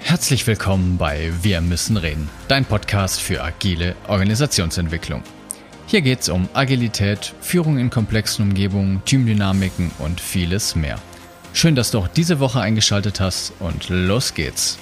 Herzlich willkommen bei Wir müssen reden, dein Podcast für agile Organisationsentwicklung. Hier geht es um Agilität, Führung in komplexen Umgebungen, Teamdynamiken und vieles mehr. Schön, dass du auch diese Woche eingeschaltet hast und los geht's.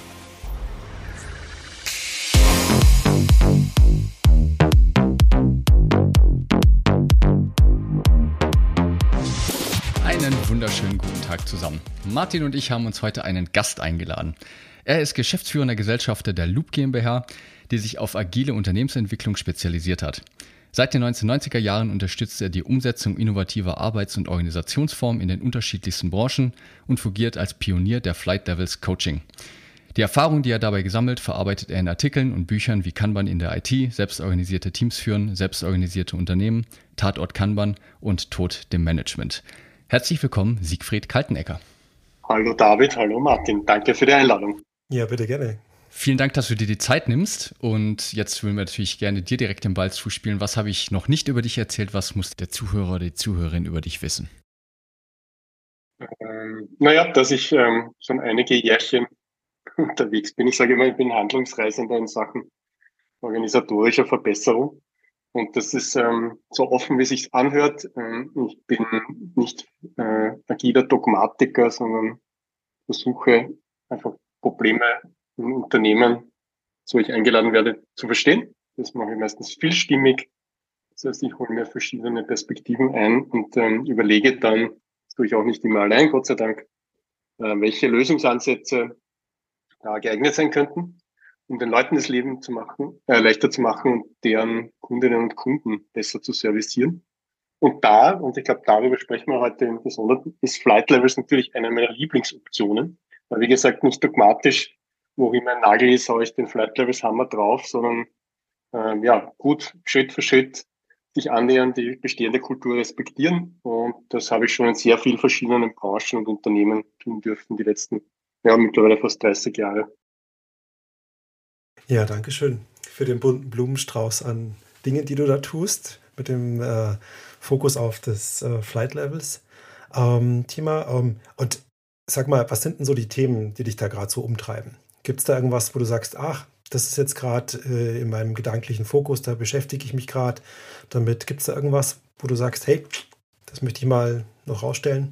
Einen wunderschönen guten Tag zusammen. Martin und ich haben uns heute einen Gast eingeladen. Er ist geschäftsführender Gesellschafter der Loop GmbH, die sich auf agile Unternehmensentwicklung spezialisiert hat. Seit den 1990er Jahren unterstützt er die Umsetzung innovativer Arbeits- und Organisationsformen in den unterschiedlichsten Branchen und fungiert als Pionier der Flight Levels Coaching. Die Erfahrung, die er dabei gesammelt, verarbeitet er in Artikeln und Büchern wie Kanban in der IT, selbstorganisierte Teams führen, selbstorganisierte Unternehmen, Tatort Kanban und Tod dem Management. Herzlich willkommen, Siegfried Kaltenecker. Hallo David, hallo Martin, danke für die Einladung. Ja, bitte gerne. Vielen Dank, dass du dir die Zeit nimmst, und jetzt würden wir natürlich gerne dir direkt den Ball zuspielen. Was habe ich noch nicht über dich erzählt? Was muss der Zuhörer oder die Zuhörerin über dich wissen? Dass ich schon einige Jährchen unterwegs bin. Ich sage immer, ich bin Handlungsreisender in Sachen organisatorischer Verbesserung. Und das ist so offen, wie es sich anhört. Ich bin nicht agiler Dogmatiker, sondern versuche einfach Probleme in Unternehmen, so ich eingeladen werde, zu verstehen. Das mache ich meistens vielstimmig. Das heißt, ich hole mir verschiedene Perspektiven ein und überlege dann, das tue ich auch nicht immer allein, Gott sei Dank, welche Lösungsansätze geeignet sein könnten, um den Leuten das Leben leichter zu machen und deren Kundinnen und Kunden besser zu servicieren. Und ich glaube, darüber sprechen wir heute im Besonderen, ist Flight Levels natürlich eine meiner Lieblingsoptionen. Weil, wie gesagt, nicht dogmatisch, wo immer ein Nagel ist, haue ich den Flight Levels Hammer drauf, sondern gut Schritt für Schritt sich annähern, die bestehende Kultur respektieren. Und das habe ich schon in sehr vielen verschiedenen Branchen und Unternehmen tun dürfen, die letzten, mittlerweile fast 30 Jahre. Ja, danke schön für den bunten Blumenstrauß an Dingen, die du da tust, mit dem Fokus auf das Flight Levels Thema. Und sag mal, was sind denn so die Themen, die dich da gerade so umtreiben? Gibt es da irgendwas, wo du sagst, ach, das ist jetzt gerade in meinem gedanklichen Fokus, da beschäftige ich mich gerade damit. Gibt es da irgendwas, wo du sagst, hey, das möchte ich mal noch rausstellen?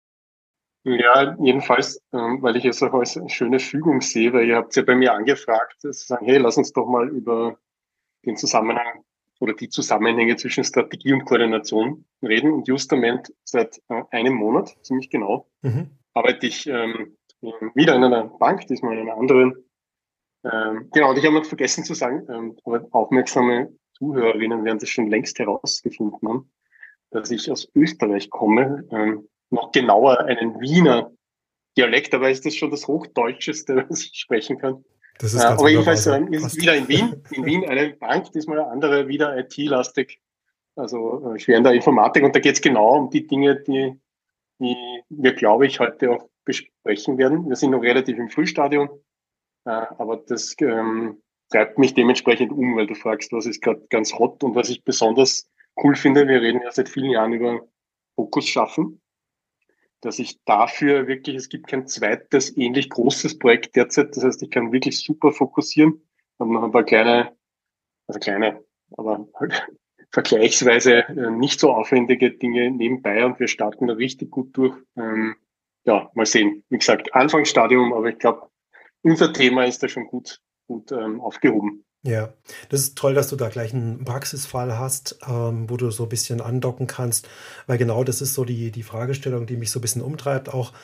Ja, jedenfalls, weil ich es auch als eine schöne Fügung sehe, weil ihr habt ja bei mir angefragt, zu sagen, hey, lass uns doch mal über den Zusammenhang oder die Zusammenhänge zwischen Strategie und Koordination reden. Und justament seit einem Monat, ziemlich genau, arbeite ich wieder in einer Bank, diesmal in einer anderen. Und ich habe noch vergessen zu sagen, aber aufmerksame Zuhörerinnen werden das schon längst herausgefunden haben, dass ich aus Österreich komme, noch genauer einen Wiener Dialekt, aber ist das schon das Hochdeutscheste, was ich sprechen kann. Das ist Aber jedenfalls so. ist es wieder in Wien. In Wien eine Bank, diesmal eine andere, wieder IT-lastig, also schwer in der Informatik. Und da geht es genau um die Dinge, die wir, glaube ich, heute auch besprechen werden. Wir sind noch relativ im Frühstadium, aber das treibt mich dementsprechend um, weil du fragst, was ist gerade ganz hot und was ich besonders cool finde. Wir reden ja seit vielen Jahren über Fokus schaffen, dass ich dafür wirklich, es gibt kein zweites ähnlich großes Projekt derzeit. Das heißt, ich kann wirklich super fokussieren und noch ein paar kleine, aber halt vergleichsweise nicht so aufwendige Dinge nebenbei, und wir starten da richtig gut durch. Mal sehen. Wie gesagt, Anfangsstadium, aber ich glaube, unser Thema ist da schon gut aufgehoben. Ja, das ist toll, dass du da gleich einen Praxisfall hast, wo du so ein bisschen andocken kannst, weil genau das ist so die Fragestellung, die mich so ein bisschen umtreibt auch.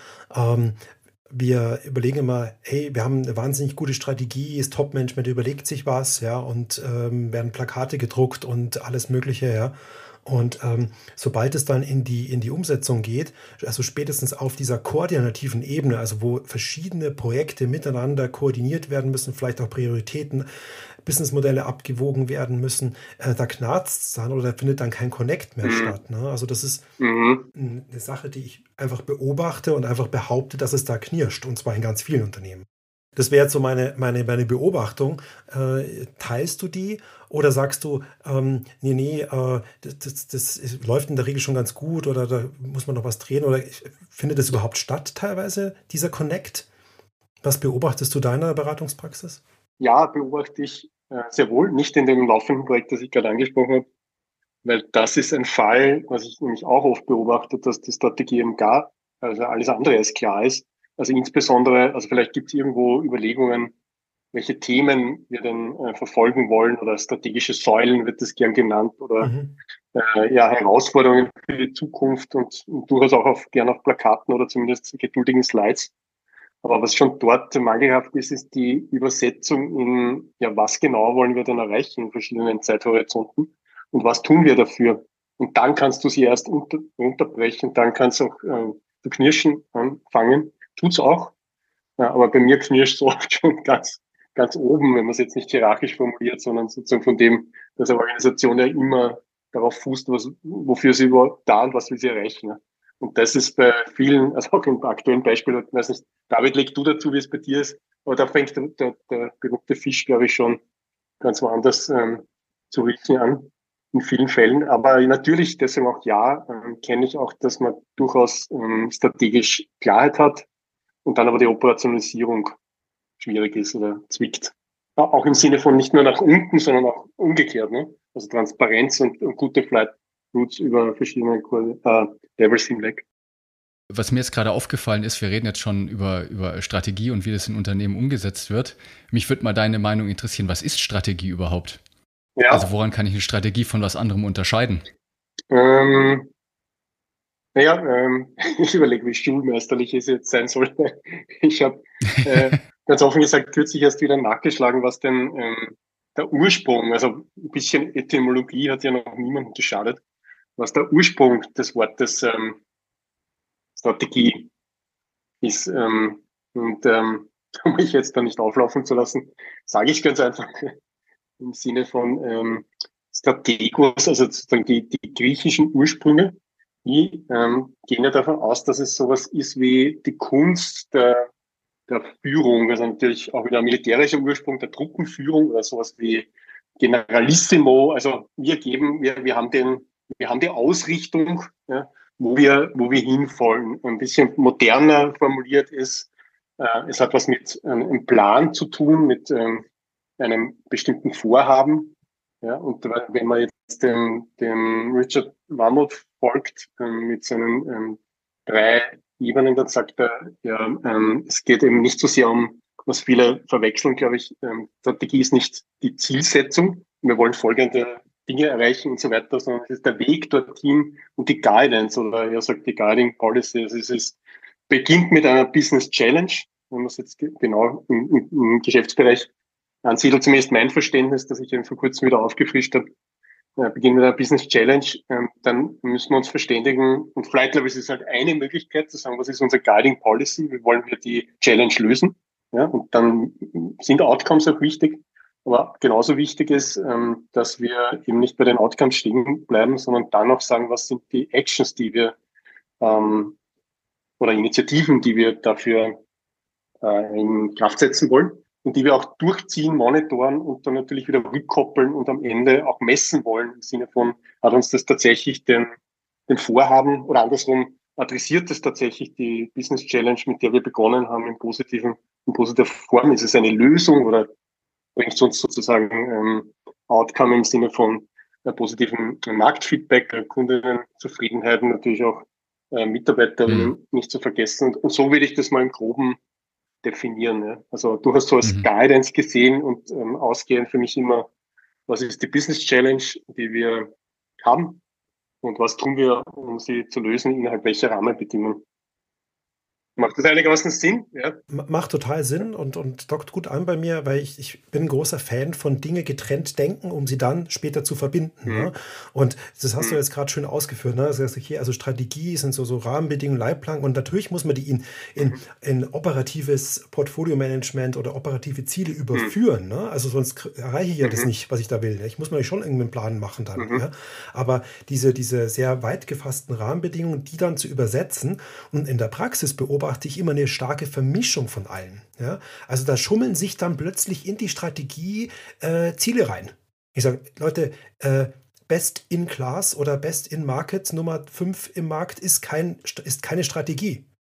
Wir überlegen immer, hey, wir haben eine wahnsinnig gute Strategie, das Top-Management überlegt sich was, ja, und werden Plakate gedruckt und alles Mögliche, ja. Und sobald es dann in die Umsetzung geht, also spätestens auf dieser koordinativen Ebene, also wo verschiedene Projekte miteinander koordiniert werden müssen, vielleicht auch Prioritäten, Businessmodelle abgewogen werden müssen, da knarzt es dann oder da findet dann kein Connect mehr statt. Ne? Also das ist eine Sache, die ich einfach beobachte und einfach behaupte, dass es da knirscht, und zwar in ganz vielen Unternehmen. Das wäre jetzt so meine Beobachtung. Teilst du die oder sagst du, das läuft in der Regel schon ganz gut oder da muss man noch was drehen, oder findet das überhaupt statt teilweise, dieser Connect? Was beobachtest du da in deiner Beratungspraxis? Ja, beobachte ich sehr wohl, nicht in dem laufenden Projekt, das ich gerade angesprochen habe, weil das ist ein Fall, was ich nämlich auch oft beobachte, dass die Strategie eben gar, also alles andere als klar ist. Also insbesondere, also vielleicht gibt es irgendwo Überlegungen, welche Themen wir denn verfolgen wollen oder strategische Säulen wird das gern genannt oder Mhm. ja, Herausforderungen für die Zukunft und durchaus auch gern auf Plakaten oder zumindest geduldigen Slides. Aber was schon dort mangelhaft ist, ist die Übersetzung in, ja, was genau wollen wir denn erreichen in verschiedenen Zeithorizonten und was tun wir dafür? Und dann kannst du sie erst unterbrechen, dann kannst du auch zu knirschen anfangen. Tut's auch, ja, aber bei mir knirscht es oft schon ganz oben, wenn man es jetzt nicht hierarchisch formuliert, sondern sozusagen von dem, dass eine Organisation ja immer darauf fußt, wofür sie überhaupt da und was will sie erreichen. Ne? Und das ist bei vielen, also auch im aktuellen Beispiel, ich weiß nicht, David, leg du dazu, wie es bei dir ist, aber da fängt der berühmte Fisch, glaube ich, schon ganz woanders zu riechen an, in vielen Fällen. Aber natürlich, deswegen auch ja, kenne ich auch, dass man durchaus strategisch Klarheit hat und dann aber die Operationalisierung schwierig ist oder zwickt. Auch im Sinne von nicht nur nach unten, sondern auch umgekehrt. Ne? Also Transparenz und gute Flight Routes über verschiedene Levels hinweg. Was mir jetzt gerade aufgefallen ist, wir reden jetzt schon über Strategie und wie das in Unternehmen umgesetzt wird. Mich würde mal deine Meinung interessieren, was ist Strategie überhaupt? Also Ja, woran kann ich eine Strategie von was anderem unterscheiden? ähm, naja, ich überlege, wie schulmeisterlich es jetzt sein sollte. Ich habe ganz offen gesagt kürzlich erst wieder nachgeschlagen, was denn der Ursprung, also ein bisschen Etymologie hat ja noch niemandem geschadet, was der Ursprung des Wortes Strategie ist. Um mich jetzt da nicht auflaufen zu lassen, sage ich ganz einfach im Sinne von Strategos, also sozusagen die griechischen Ursprünge, die gehen ja davon aus, dass es sowas ist wie die Kunst der Führung, also natürlich auch wieder ein militärischer Ursprung der Truppenführung oder sowas wie Generalissimo. Also wir haben die Ausrichtung, ja, wo wir hinwollen. Ein bisschen moderner formuliert ist, es hat was mit einem Plan zu tun, mit einem bestimmten Vorhaben. Ja, und wenn man jetzt dem Richard Warmoth folgt, mit seinen drei Ebenen, dann sagt er, ja, es geht eben nicht so sehr um, was viele verwechseln, glaube ich, Strategie ist nicht die Zielsetzung, wir wollen folgende Dinge erreichen und so weiter, sondern es ist der Weg dorthin und die Guidance oder er sagt die Guiding Policy. Also es beginnt mit einer Business Challenge, wenn man es jetzt genau im Geschäftsbereich ansiedelt, zumindest mein Verständnis, das ich eben vor kurzem wieder aufgefrischt habe, beginnen mit einer Business Challenge, dann müssen wir uns verständigen und Flight Levels ist halt eine Möglichkeit zu sagen, was ist unser Guiding Policy, wie wollen wir die Challenge lösen, ja, und dann sind Outcomes auch wichtig, aber genauso wichtig ist, dass wir eben nicht bei den Outcomes stehen bleiben, sondern dann auch sagen, was sind die Actions, die wir ähm, oder Initiativen, die wir dafür in Kraft setzen wollen und die wir auch durchziehen, monitoren und dann natürlich wieder rückkoppeln und am Ende auch messen wollen im Sinne von, hat uns das tatsächlich den Vorhaben oder andersrum adressiert es tatsächlich die Business Challenge, mit der wir begonnen haben, in positiver Form? Ist es eine Lösung oder bringt es uns sozusagen Outcome im Sinne von positiven Marktfeedback, Kundenzufriedenheit und natürlich auch Hm. Mitarbeiterinnen nicht zu vergessen. Und so würde ich das mal im Groben definieren. Ja. Also du hast so als Mhm. Guidance gesehen und ausgehend für mich immer, was ist die Business Challenge, die wir haben und was tun wir, um sie zu lösen, innerhalb welcher Rahmenbedingungen. Macht das einigermaßen Sinn? Ja. Macht total Sinn und dockt gut an bei mir, weil ich bin ein großer Fan von Dinge getrennt denken, um sie dann später zu verbinden. Ne? Hm, Und das hast du hm, jetzt gerade schön ausgeführt. Ne? Also, okay, also Strategie sind so Rahmenbedingungen, Leitplanken und natürlich muss man die mhm, in operatives Portfolio-Management oder operative Ziele hm, überführen. Ne? Also sonst erreiche ich ja das mhm, nicht, was ich da will. Ne? Ich muss mir schon irgendeinen Plan machen dann. mhm, Ja? Aber diese sehr weit gefassten Rahmenbedingungen, die dann zu übersetzen und in der Praxis beobachte ich immer eine starke Vermischung von allen. Ja? Also da schummeln sich dann plötzlich in die Strategie Ziele rein. Ich sage, Leute, Best in Class oder Best in Market Nummer 5 im Markt ist keine Strategie.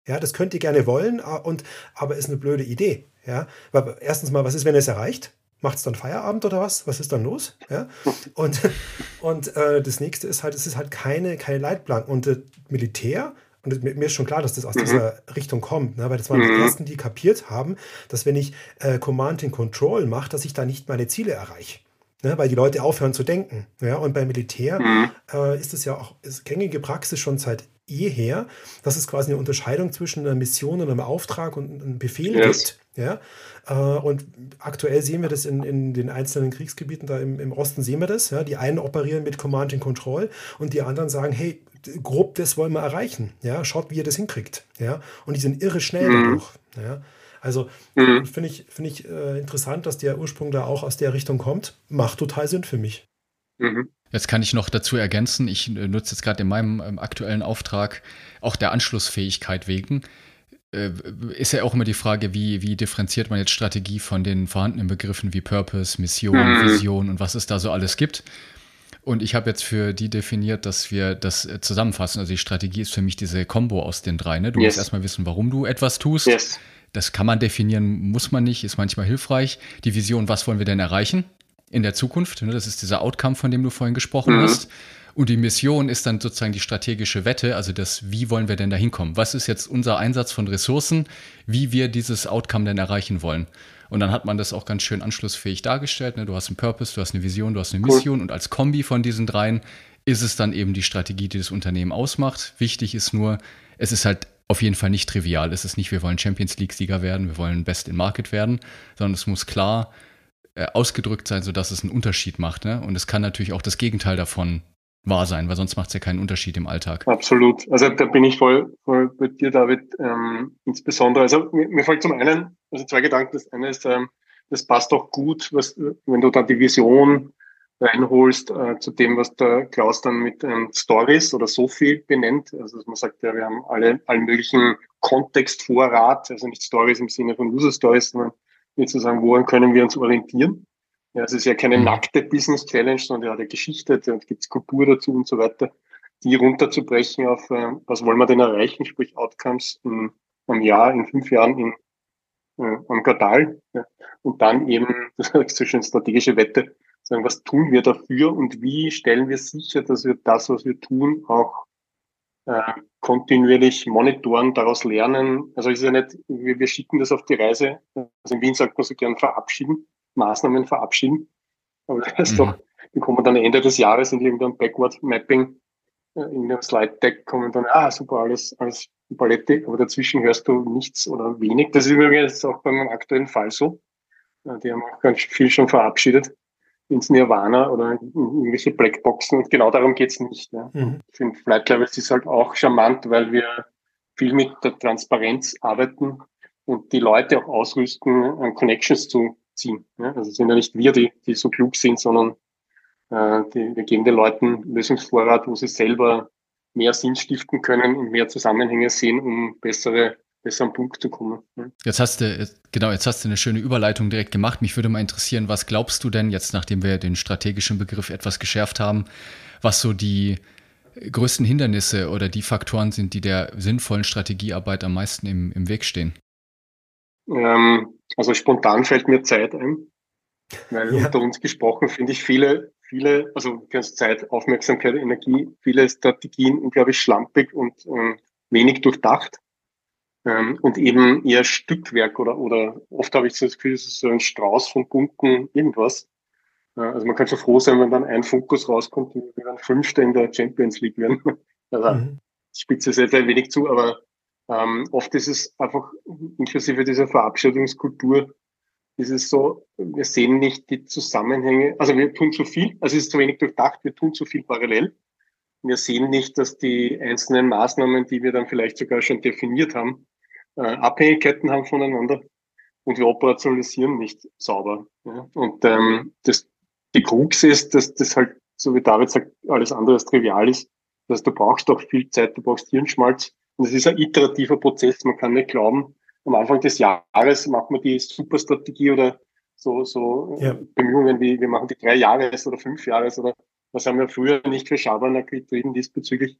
Ja, das könnt ihr gerne wollen, aber ist eine blöde Idee. Ja, weil erstens mal, was ist, wenn ihr es erreicht? Macht es dann Feierabend oder was? Was ist dann los? Ja, und, und das nächste ist halt, es ist halt keine Leitplanken. Und Militär, und mir ist schon klar, dass das aus dieser Richtung kommt, ne? Weil das waren die ersten, die kapiert haben, dass wenn ich Command and Control mache, dass ich da nicht meine Ziele erreiche. Ne, weil die Leute aufhören zu denken. Ja, und beim Militär ist es ja auch ist gängige Praxis schon seit jeher, dass es quasi eine Unterscheidung zwischen einer Mission und einem Auftrag und einem Befehl gibt. Ja, und aktuell sehen wir das in den einzelnen Kriegsgebieten, da im Osten sehen wir das. Ja, die einen operieren mit Command and Control und die anderen sagen, hey, grob das wollen wir erreichen. Ja, schaut, wie ihr das hinkriegt. Ja, und die sind irre schnell dadurch. Ja. Also finde ich interessant, dass der Ursprung da auch aus der Richtung kommt. Macht total Sinn für mich. Jetzt kann ich noch dazu ergänzen, ich nutze jetzt gerade in meinem aktuellen Auftrag auch der Anschlussfähigkeit wegen. Ist ja auch immer die Frage, wie differenziert man jetzt Strategie von den vorhandenen Begriffen wie Purpose, Mission, Vision und was es da so alles gibt. Und ich habe jetzt für die definiert, dass wir das zusammenfassen. Also die Strategie ist für mich diese Kombo aus den drei. Ne? Du musst erstmal wissen, warum du etwas tust. Das kann man definieren, muss man nicht, ist manchmal hilfreich. Die Vision, was wollen wir denn erreichen in der Zukunft? Das ist dieser Outcome, von dem du vorhin gesprochen hast. Und die Mission ist dann sozusagen die strategische Wette, also das, wie wollen wir denn da hinkommen? Was ist jetzt unser Einsatz von Ressourcen, wie wir dieses Outcome denn erreichen wollen? Und dann hat man das auch ganz schön anschlussfähig dargestellt. Ne? Du hast einen Purpose, du hast eine Vision, du hast eine Mission und als Kombi von diesen dreien ist es dann eben die Strategie, die das Unternehmen ausmacht. Wichtig ist nur, es ist halt auf jeden Fall nicht trivial. Es ist nicht, wir wollen Champions League-Sieger werden, wir wollen Best in Market werden, sondern es muss klar ausgedrückt sein, sodass es einen Unterschied macht. Ne? Und es kann natürlich auch das Gegenteil davon wahr sein, weil sonst macht es ja keinen Unterschied im Alltag. Absolut. Also da bin ich voll bei dir, David. Insbesondere, also mir fällt zum einen, also zwei Gedanken. Das eine ist, das passt auch gut, wenn du dann die Vision reinholst zu dem, was der Klaus dann mit Stories oder Sophie benennt. Also dass man sagt, ja, wir haben allen möglichen Kontextvorrat, also nicht Stories im Sinne von User Stories, sondern sozusagen, woran können wir uns orientieren? Ja, es ist ja keine nackte Business Challenge, sondern ja, die Geschichte, da gibt es Kultur dazu und so weiter, die runterzubrechen auf, was wollen wir denn erreichen, sprich Outcomes in einem Jahr, in 5 Jahren, am Quartal. Ja. Und dann eben, das ist so schön strategische Wette, sagen, was tun wir dafür und wie stellen wir sicher, dass wir das, was wir tun, auch kontinuierlich monitoren, daraus lernen. Also es ist ja nicht, wir schicken das auf die Reise. Also in Wien sagt man so gern verabschieden, Maßnahmen verabschieden. Aber das ist doch, die kommen dann Ende des Jahres in irgendeinem Backward Mapping, in dem Slide Deck kommen dann, super, alles Palette, aber dazwischen hörst du nichts oder wenig. Das ist übrigens auch bei meinem aktuellen Fall so. Die haben auch ganz viel schon verabschiedet ins Nirvana oder in irgendwelche Blackboxen und genau darum geht's nicht. Ja. Ich finde, Flight Levels ist halt auch charmant, weil wir viel mit der Transparenz arbeiten und die Leute auch ausrüsten, Connections zu ziehen. Ja. Also es sind ja nicht wir, die so klug sind, sondern wir geben den Leuten Lösungsvorrat, wo sie selber mehr Sinn stiften können und mehr Zusammenhänge sehen, um besser am Punkt zu kommen. Jetzt hast du eine schöne Überleitung direkt gemacht. Mich würde mal interessieren, was glaubst du denn jetzt, nachdem wir den strategischen Begriff etwas geschärft haben, was so die größten Hindernisse oder die Faktoren sind, die der sinnvollen Strategiearbeit am meisten im Weg stehen? Also spontan fällt mir Zeit ein, weil unter uns gesprochen finde ich viele, also ganz Zeit, Aufmerksamkeit, Energie, viele Strategien unglaublich schlampig und wenig durchdacht. Und eben eher Stückwerk oder oft habe ich so das Gefühl, es ist so ein Strauß von bunten irgendwas. Also man kann schon froh sein, wenn dann ein Fokus rauskommt und wir dann Fünfter in der Champions League werden. Also ich spitze es jetzt ein wenig zu, aber oft ist es einfach inklusive dieser Verabschiedungskultur, ist es so, wir sehen nicht die Zusammenhänge, also wir tun zu viel, also es ist zu wenig durchdacht, wir tun zu viel parallel. Wir sehen nicht, dass die einzelnen Maßnahmen, die wir dann vielleicht sogar schon definiert haben, Abhängigkeiten haben voneinander und wir operationalisieren nicht sauber. Ja. Und die Krux ist, dass das halt, so wie David sagt, alles andere als trivial ist. Das heißt, du brauchst doch viel Zeit, du brauchst Hirnschmalz. Und es ist ein iterativer Prozess. Man kann nicht glauben, am Anfang des Jahres macht man die Superstrategie oder so Bemühungen wie, wir machen die 3 Jahres oder 5 Jahres oder was haben wir früher nicht für Schabernack getrieben diesbezüglich.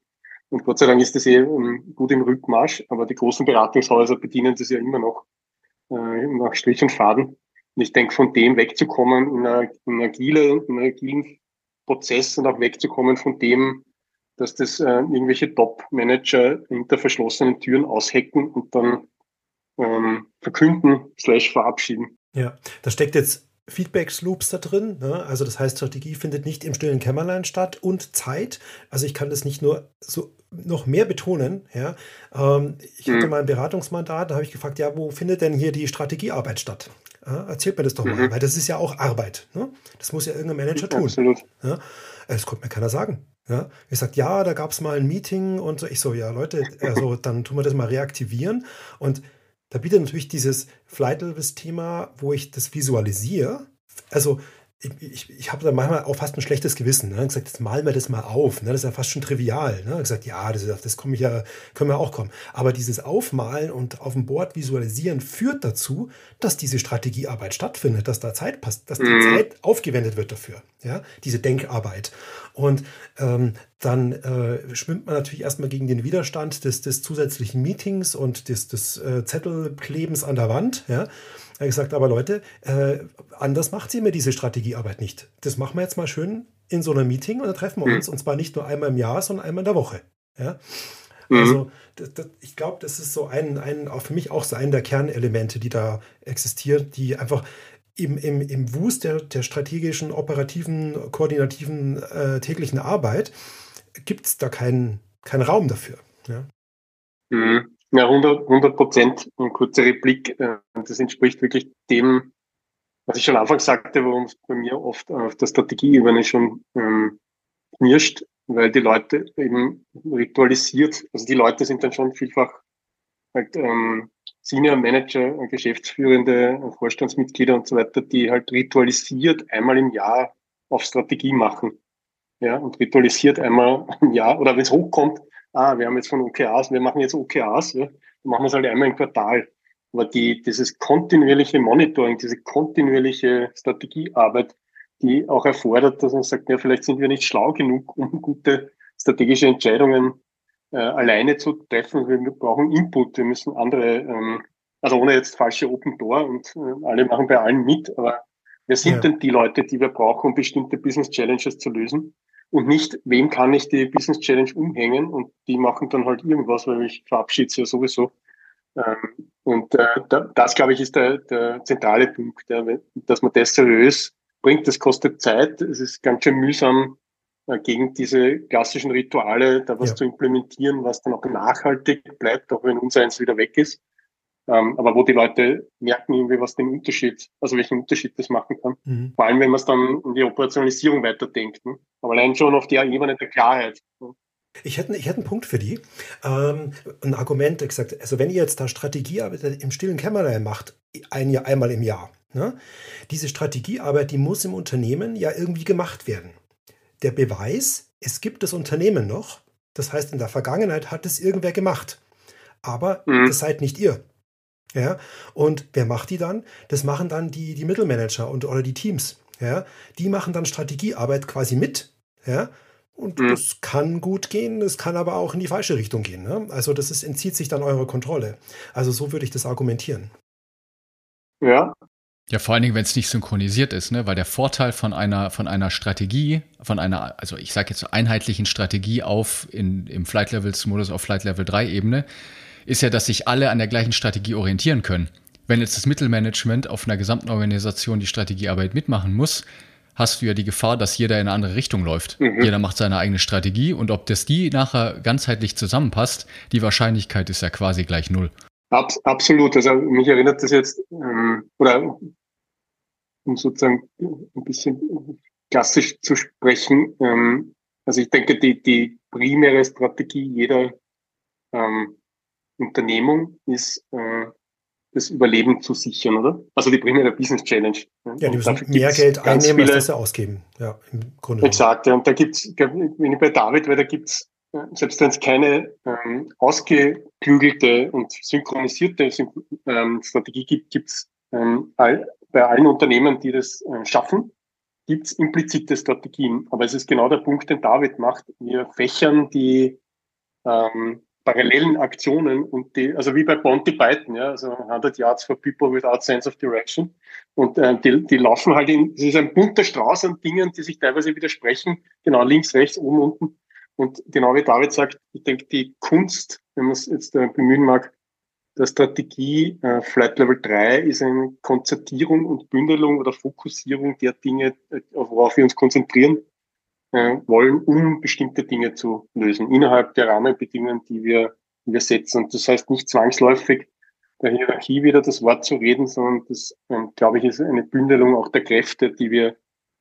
Und Gott sei Dank ist das gut im Rückmarsch, aber die großen Beratungshäuser bedienen das ja immer noch nach Strich und Faden. Und ich denke, von dem wegzukommen in einen agilen Prozess und auch wegzukommen von dem, dass das irgendwelche Top-Manager hinter verschlossenen Türen aushacken und dann verkünden / verabschieden. Ja, da steckt jetzt Feedback-Loops da drin. Ne? Also das heißt, Strategie findet nicht im stillen Kämmerlein statt und Zeit. Also ich kann das nicht nur so noch mehr betonen. Ja? Ich hatte mal ein Beratungsmandat, da habe ich gefragt, ja, wo findet denn hier die Strategiearbeit statt? Ja, erzählt mir das doch mal, weil das ist ja auch Arbeit. Ne? Das muss ja irgendein Manager tun. Absolut. Ja? Das konnte mir keiner sagen. Ja? Ich sage, ja, da gab es mal ein Meeting und so. Ich so, ja Leute, also dann tun wir das mal reaktivieren. Und da bietet natürlich dieses Flight-Level-Thema, wo ich das visualisiere. Also ich habe da manchmal auch fast ein schlechtes Gewissen. Ne? Ich gesagt, jetzt malen wir das mal auf. Ne? Das ist ja fast schon trivial. Ne? Ich gesagt, ja, das komme ich ja, können wir auch kommen. Aber dieses Aufmalen und auf dem Board visualisieren führt dazu, dass diese Strategiearbeit stattfindet, dass da Zeit passt, dass die Zeit aufgewendet wird dafür. Ja? Diese Denkarbeit. Und dann schwimmt man natürlich erstmal gegen den Widerstand des zusätzlichen Meetings und des Zettelklebens an der Wand. Ja? Er hat gesagt, aber Leute, anders macht sie mir diese Strategiearbeit nicht. Das machen wir jetzt mal schön in so einem Meeting und dann treffen wir uns. Und zwar nicht nur einmal im Jahr, sondern einmal in der Woche. Ja? Also ich glaube, das ist so auch für mich auch so ein der Kernelemente, die da existieren, die einfach im Wust der strategischen, operativen, koordinativen täglichen Arbeit gibt es da keinen Raum dafür. Ja? Ja, 100%. Eine kurze Replik. Das entspricht wirklich dem, was ich schon anfangs sagte, worum es bei mir oft auf der Strategieebene schon knirscht, weil die Leute eben ritualisiert, also die Leute sind dann schon vielfach halt Senior Manager, Geschäftsführende, Vorstandsmitglieder und so weiter, die halt ritualisiert einmal im Jahr auf Strategie machen. Ja, und ritualisiert einmal im Jahr, oder wenn es hochkommt, wir haben jetzt von OKRs, wir machen jetzt OKRs, ja, dann machen wir es halt einmal im Quartal. Aber dieses kontinuierliche Monitoring, diese kontinuierliche Strategiearbeit, die auch erfordert, dass man sagt, ja, vielleicht sind wir nicht schlau genug, um gute strategische Entscheidungen alleine zu treffen. Wir brauchen Input, wir müssen andere, also ohne jetzt falsche Open Door und alle machen bei allen mit, aber wer sind denn die Leute, die wir brauchen, um bestimmte Business Challenges zu lösen? Und nicht, wem kann ich die Business Challenge umhängen? Und die machen dann halt irgendwas, weil ich verabschiede sie ja sowieso. Das, glaube ich, ist der zentrale Punkt, dass man das seriös bringt. Das kostet Zeit. Es ist ganz schön mühsam, gegen diese klassischen Rituale da was zu implementieren, was dann auch nachhaltig bleibt, auch wenn unseins wieder weg ist. Aber wo die Leute merken irgendwie, welchen Unterschied das machen kann. Vor allem, wenn man es dann in die Operationalisierung weiterdenkt. Ne? Aber allein schon auf der Ebene der Klarheit. Ne? Ich hätte einen Punkt für die. Ein Argument, gesagt, also wenn ihr jetzt da Strategiearbeit im stillen Kämmerlein macht, einmal im Jahr, ne? Diese Strategiearbeit, die muss im Unternehmen ja irgendwie gemacht werden. Der Beweis, es gibt das Unternehmen noch, das heißt, in der Vergangenheit hat es irgendwer gemacht. Aber das seid nicht ihr. Ja, und wer macht die dann? Das machen dann die Mittelmanager oder die Teams. Ja, die machen dann Strategiearbeit quasi mit. Ja, und das kann gut gehen, es kann aber auch in die falsche Richtung gehen. Ne? Also das entzieht sich dann eurer Kontrolle. Also so würde ich das argumentieren. Ja. Ja, vor allen Dingen, wenn es nicht synchronisiert ist, ne? Weil der Vorteil von einer Strategie, also ich sage jetzt einheitlichen Strategie im Flight Levels Modus auf Flight Level 3 Ebene, ist ja, dass sich alle an der gleichen Strategie orientieren können. Wenn jetzt das Mittelmanagement auf einer gesamten Organisation die Strategiearbeit mitmachen muss, hast du ja die Gefahr, dass jeder in eine andere Richtung läuft. Jeder macht seine eigene Strategie und ob die nachher ganzheitlich zusammenpasst, die Wahrscheinlichkeit ist ja quasi gleich null. Absolut. Also mich erinnert das jetzt, oder um sozusagen ein bisschen klassisch zu sprechen, also ich denke, die primäre Strategie jeder Unternehmung ist, das Überleben zu sichern, oder? Also die primäre Business Challenge. Ja, die müssen mehr Geld einnehmen, als das sie ausgeben. Ja, im Grunde. Exakt, ja. Und da gibt's, wenn ich bei David, weil da gibt's, selbst wenn es keine ausgeklügelte und synchronisierte Strategie gibt, gibt's bei allen Unternehmen, die das schaffen, gibt's implizite Strategien. Aber es ist genau der Punkt, den David macht. Wir fächern die parallelen Aktionen und also wie bei Monty Python, ja, also 100 Yards for People without sense of direction. Und die laufen halt das ist ein bunter Strauß an Dingen, die sich teilweise widersprechen, genau links, rechts, oben, unten. Und genau wie David sagt, ich denke, die Kunst, wenn man es jetzt bemühen mag, der Strategie Flight Level 3 ist eine Konzertierung und Bündelung oder Fokussierung der Dinge, worauf wir uns konzentrieren wollen, um bestimmte Dinge zu lösen, innerhalb der Rahmenbedingungen, die wir setzen. Und das heißt nicht zwangsläufig der Hierarchie wieder das Wort zu reden, sondern das, glaube ich, ist eine Bündelung auch der Kräfte, die wir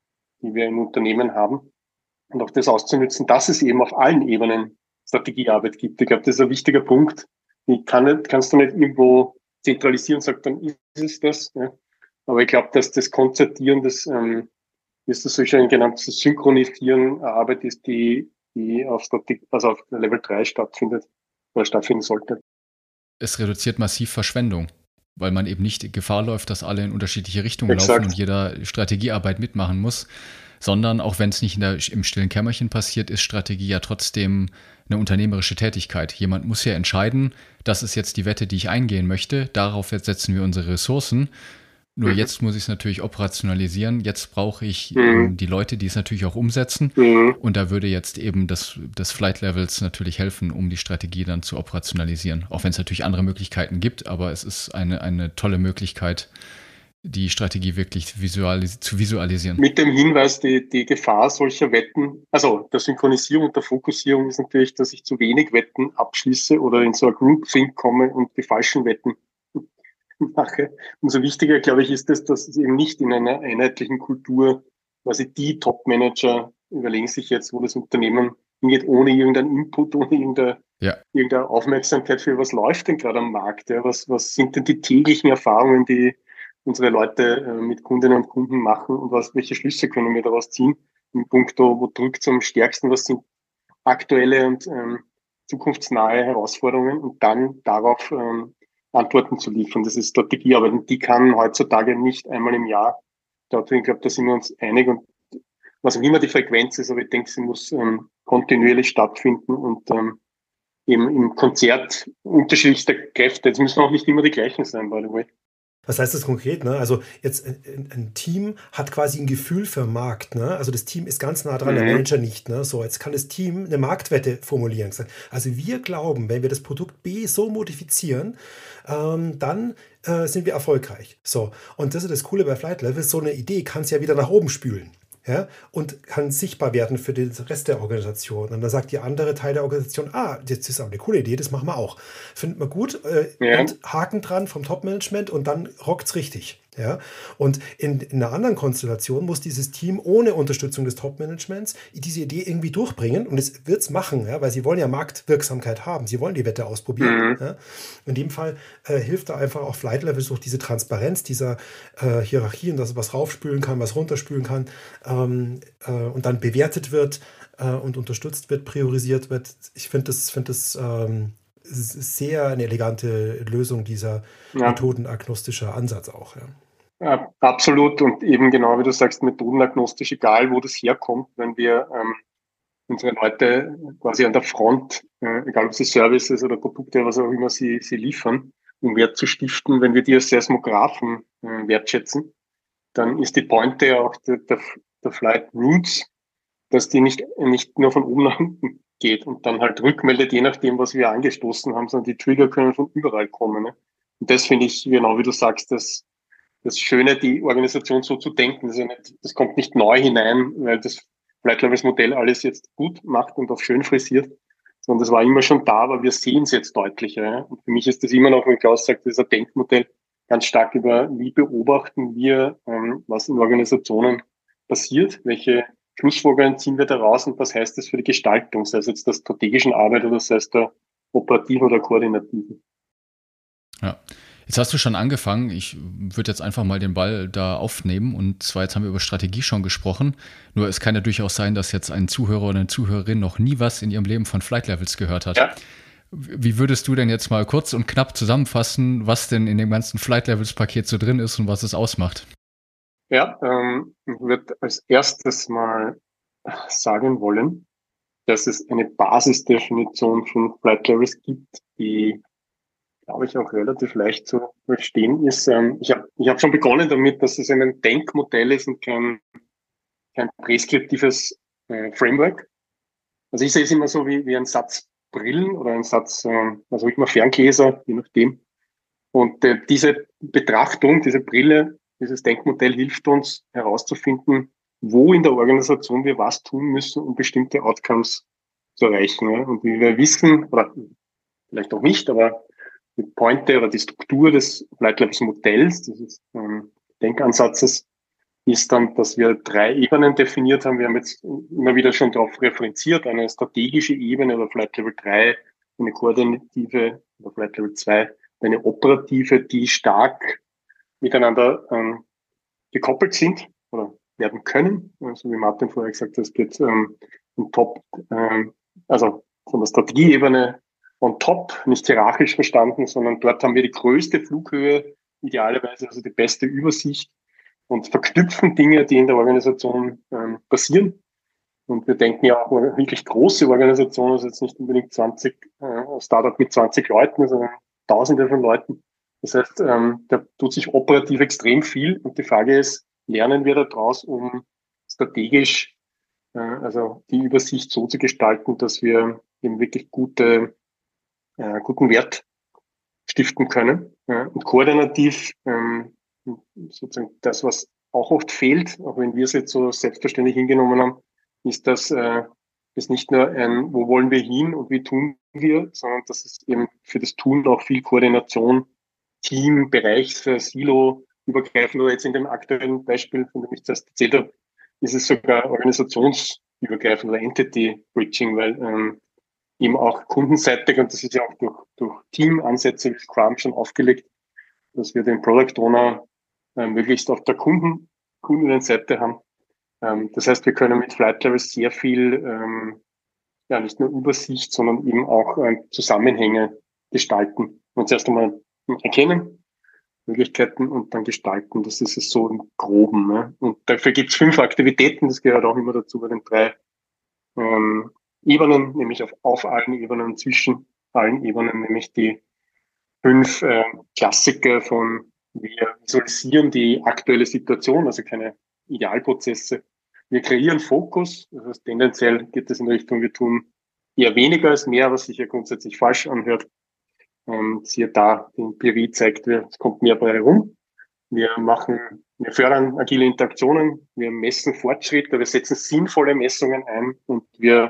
im Unternehmen haben. Und auch das auszunützen, dass es eben auf allen Ebenen Strategiearbeit gibt. Ich glaube, das ist ein wichtiger Punkt. Kannst du nicht irgendwo zentralisieren und sagen, dann ist es das. Ja. Aber ich glaube, dass das Konzertieren, das ist das so schön genannt, das Synchronisieren Arbeit ist, die auf Level 3 stattfindet oder stattfinden sollte. Es reduziert massiv Verschwendung, weil man eben nicht Gefahr läuft, dass alle in unterschiedliche Richtungen laufen und jeder Strategiearbeit mitmachen muss, sondern auch wenn es nicht im stillen Kämmerchen passiert, ist Strategie ja trotzdem eine unternehmerische Tätigkeit. Jemand muss ja entscheiden, das ist jetzt die Wette, die ich eingehen möchte, darauf setzen wir unsere Ressourcen. Nur jetzt muss ich es natürlich operationalisieren. Jetzt brauche ich die Leute, die es natürlich auch umsetzen. Und da würde jetzt eben das Flight Levels natürlich helfen, um die Strategie dann zu operationalisieren. Auch wenn es natürlich andere Möglichkeiten gibt, aber es ist eine tolle Möglichkeit, die Strategie wirklich zu visualisieren. Mit dem Hinweis, die Gefahr solcher Wetten, also der Synchronisierung und der Fokussierung ist natürlich, dass ich zu wenig Wetten abschließe oder in so ein Groupthink komme und die falschen Wetten mache. Umso wichtiger, glaube ich, ist es, dass es eben nicht in einer einheitlichen Kultur quasi die Top-Manager überlegen sich jetzt, wo das Unternehmen hingeht, ohne irgendeinen Input, ohne irgendeine Aufmerksamkeit für was läuft denn gerade am Markt. Ja? Was sind denn die täglichen Erfahrungen, die unsere Leute mit Kundinnen und Kunden machen und welche Schlüsse können wir daraus ziehen? Im Punkto, wo drückt es am stärksten, was sind aktuelle und zukunftsnahe Herausforderungen und dann darauf Antworten zu liefern. Das ist Strategiearbeit und die kann heutzutage nicht einmal im Jahr. Ich glaube, da sind wir uns einig und was auch immer die Frequenz ist, aber ich denke, sie muss kontinuierlich stattfinden und eben im Konzert unterschiedlichster Kräfte. Jetzt müssen auch nicht immer die gleichen sein, by the way. Was heißt das konkret? Ne? Also jetzt ein Team hat quasi ein Gefühl für Markt. Ne? Also das Team ist ganz nah dran, der Manager nicht. Ne? So, jetzt kann das Team eine Marktwette formulieren. Also wir glauben, wenn wir das Produkt B so modifizieren, dann sind wir erfolgreich. So, und das ist das Coole bei Flight Level. So eine Idee kann es ja wieder nach oben spülen. Ja, und kann sichtbar werden für den Rest der Organisation. Und dann sagt die andere Teil der Organisation, das ist aber eine coole Idee, das machen wir auch. Findet man gut und Haken dran vom Top-Management und dann rockt's richtig. Ja? Und in einer anderen Konstellation muss dieses Team ohne Unterstützung des Top-Managements diese Idee irgendwie durchbringen und es wird es machen, ja? Weil sie wollen ja Marktwirksamkeit haben, sie wollen die Wette ausprobieren. Ja? In dem Fall hilft da einfach auch Flight Level durch diese Transparenz dieser Hierarchien, dass es was raufspülen kann, was runterspülen kann und dann bewertet wird und unterstützt wird, priorisiert wird. Ich finde das sehr eine elegante Lösung dieser methodenagnostischer Ansatz auch. Ja, absolut und eben genau wie du sagst, methodenagnostisch, egal wo das herkommt, wenn wir unsere Leute quasi an der Front, egal ob sie Services oder Produkte, was auch immer sie liefern, um Wert zu stiften, wenn wir die als Seismographen wertschätzen, dann ist die Pointe auch der Flight Routes, dass die nicht nur von oben nach unten geht und dann halt rückmeldet, je nachdem, was wir angestoßen haben, sondern die Trigger können von überall kommen. Ne? Und das finde ich, genau wie du sagst, das Schöne, die Organisation so zu denken. Das kommt nicht neu hinein, weil das Flight Levels Modell alles jetzt gut macht und auf schön frisiert, sondern das war immer schon da, aber wir sehen es jetzt deutlicher. Ja? Und für mich ist das immer noch, wie Klaus sagt, das ist ein Denkmodell ganz stark über, wie beobachten wir, was in Organisationen passiert, welche Schlussfolgerungen ziehen wir daraus und was heißt das für die Gestaltung, sei es jetzt der strategischen Arbeit oder sei es der operativen oder koordinativen. Ja. Jetzt hast du schon angefangen. Ich würde jetzt einfach mal den Ball da aufnehmen. Und zwar, jetzt haben wir über Strategie schon gesprochen. Nur es kann ja durchaus sein, dass jetzt ein Zuhörer oder eine Zuhörerin noch nie was in ihrem Leben von Flight Levels gehört hat. Ja. Wie würdest du denn jetzt mal kurz und knapp zusammenfassen, was denn in dem ganzen Flight Levels Paket so drin ist und was es ausmacht? Ja, ich würde als erstes mal sagen wollen, dass es eine Basisdefinition von Flight Levels gibt, die, glaube ich, auch relativ leicht zu verstehen ist. Ich hab schon begonnen damit, dass es ein Denkmodell ist und kein preskriptives Framework. Also ich sehe es immer so wie ein Satz Brillen oder ein Satz, also immer Ferngläser, je nachdem. Und diese Betrachtung, diese Brille, dieses Denkmodell hilft uns herauszufinden, wo in der Organisation wir was tun müssen, um bestimmte Outcomes zu erreichen. Ja. Und wie wir wissen, oder vielleicht auch nicht, aber die Pointe oder die Struktur des Flight Labs Modells, dieses Denkansatzes, ist dann, dass wir 3 Ebenen definiert haben. Wir haben jetzt immer wieder schon darauf referenziert, eine strategische Ebene oder Flight Level 3, eine koordinative oder Flight Level 2, eine operative, die stark miteinander gekoppelt sind oder werden können. Also wie Martin vorher gesagt hat, es geht on top, also von der Strategieebene on top, nicht hierarchisch verstanden, sondern dort haben wir die größte Flughöhe, idealerweise also die beste Übersicht und verknüpfen Dinge, die in der Organisation passieren. Und wir denken ja auch wirklich große Organisationen, also jetzt nicht unbedingt 20 Startup mit 20 Leuten, sondern Tausende von Leuten. Das heißt, da tut sich operativ extrem viel. Und die Frage ist, lernen wir daraus, um strategisch also die Übersicht so zu gestalten, dass wir eben wirklich guten Wert stiften können. Und koordinativ sozusagen das, was auch oft fehlt, auch wenn wir es jetzt so selbstverständlich hingenommen haben, ist, dass es nicht nur ein, wo wollen wir hin und wie tun wir, sondern dass es eben für das Tun auch viel Koordination, Team, Silo übergreifend oder jetzt in dem aktuellen Beispiel, von dem ich zuerst erzählt habe, ist es sogar organisationsübergreifend oder Entity Bridging, weil eben auch kundenseitig, und das ist ja auch durch Teamansätze wie Scrum schon aufgelegt, dass wir den Product Owner möglichst auf der Kundenseite haben. Das heißt, wir können mit Flight Levels sehr viel, nicht nur Übersicht, sondern eben auch Zusammenhänge gestalten. Und zuerst einmal erkennen, Möglichkeiten und dann gestalten. Das ist es so im Groben. Ne? Und dafür gibt es 5 Aktivitäten, das gehört auch immer dazu bei den 3 Ebenen, nämlich auf allen Ebenen und zwischen allen Ebenen, nämlich die 5 Klassiker von wir visualisieren die aktuelle Situation, also keine Idealprozesse. Wir kreieren Fokus, das heißt, tendenziell geht es in Richtung, wir tun eher weniger als mehr, was sich ja grundsätzlich falsch anhört. Siehe da, die Empirie zeigt, es kommt mehr bei herum. Wir fördern agile Interaktionen, wir messen Fortschritte, wir setzen sinnvolle Messungen ein und wir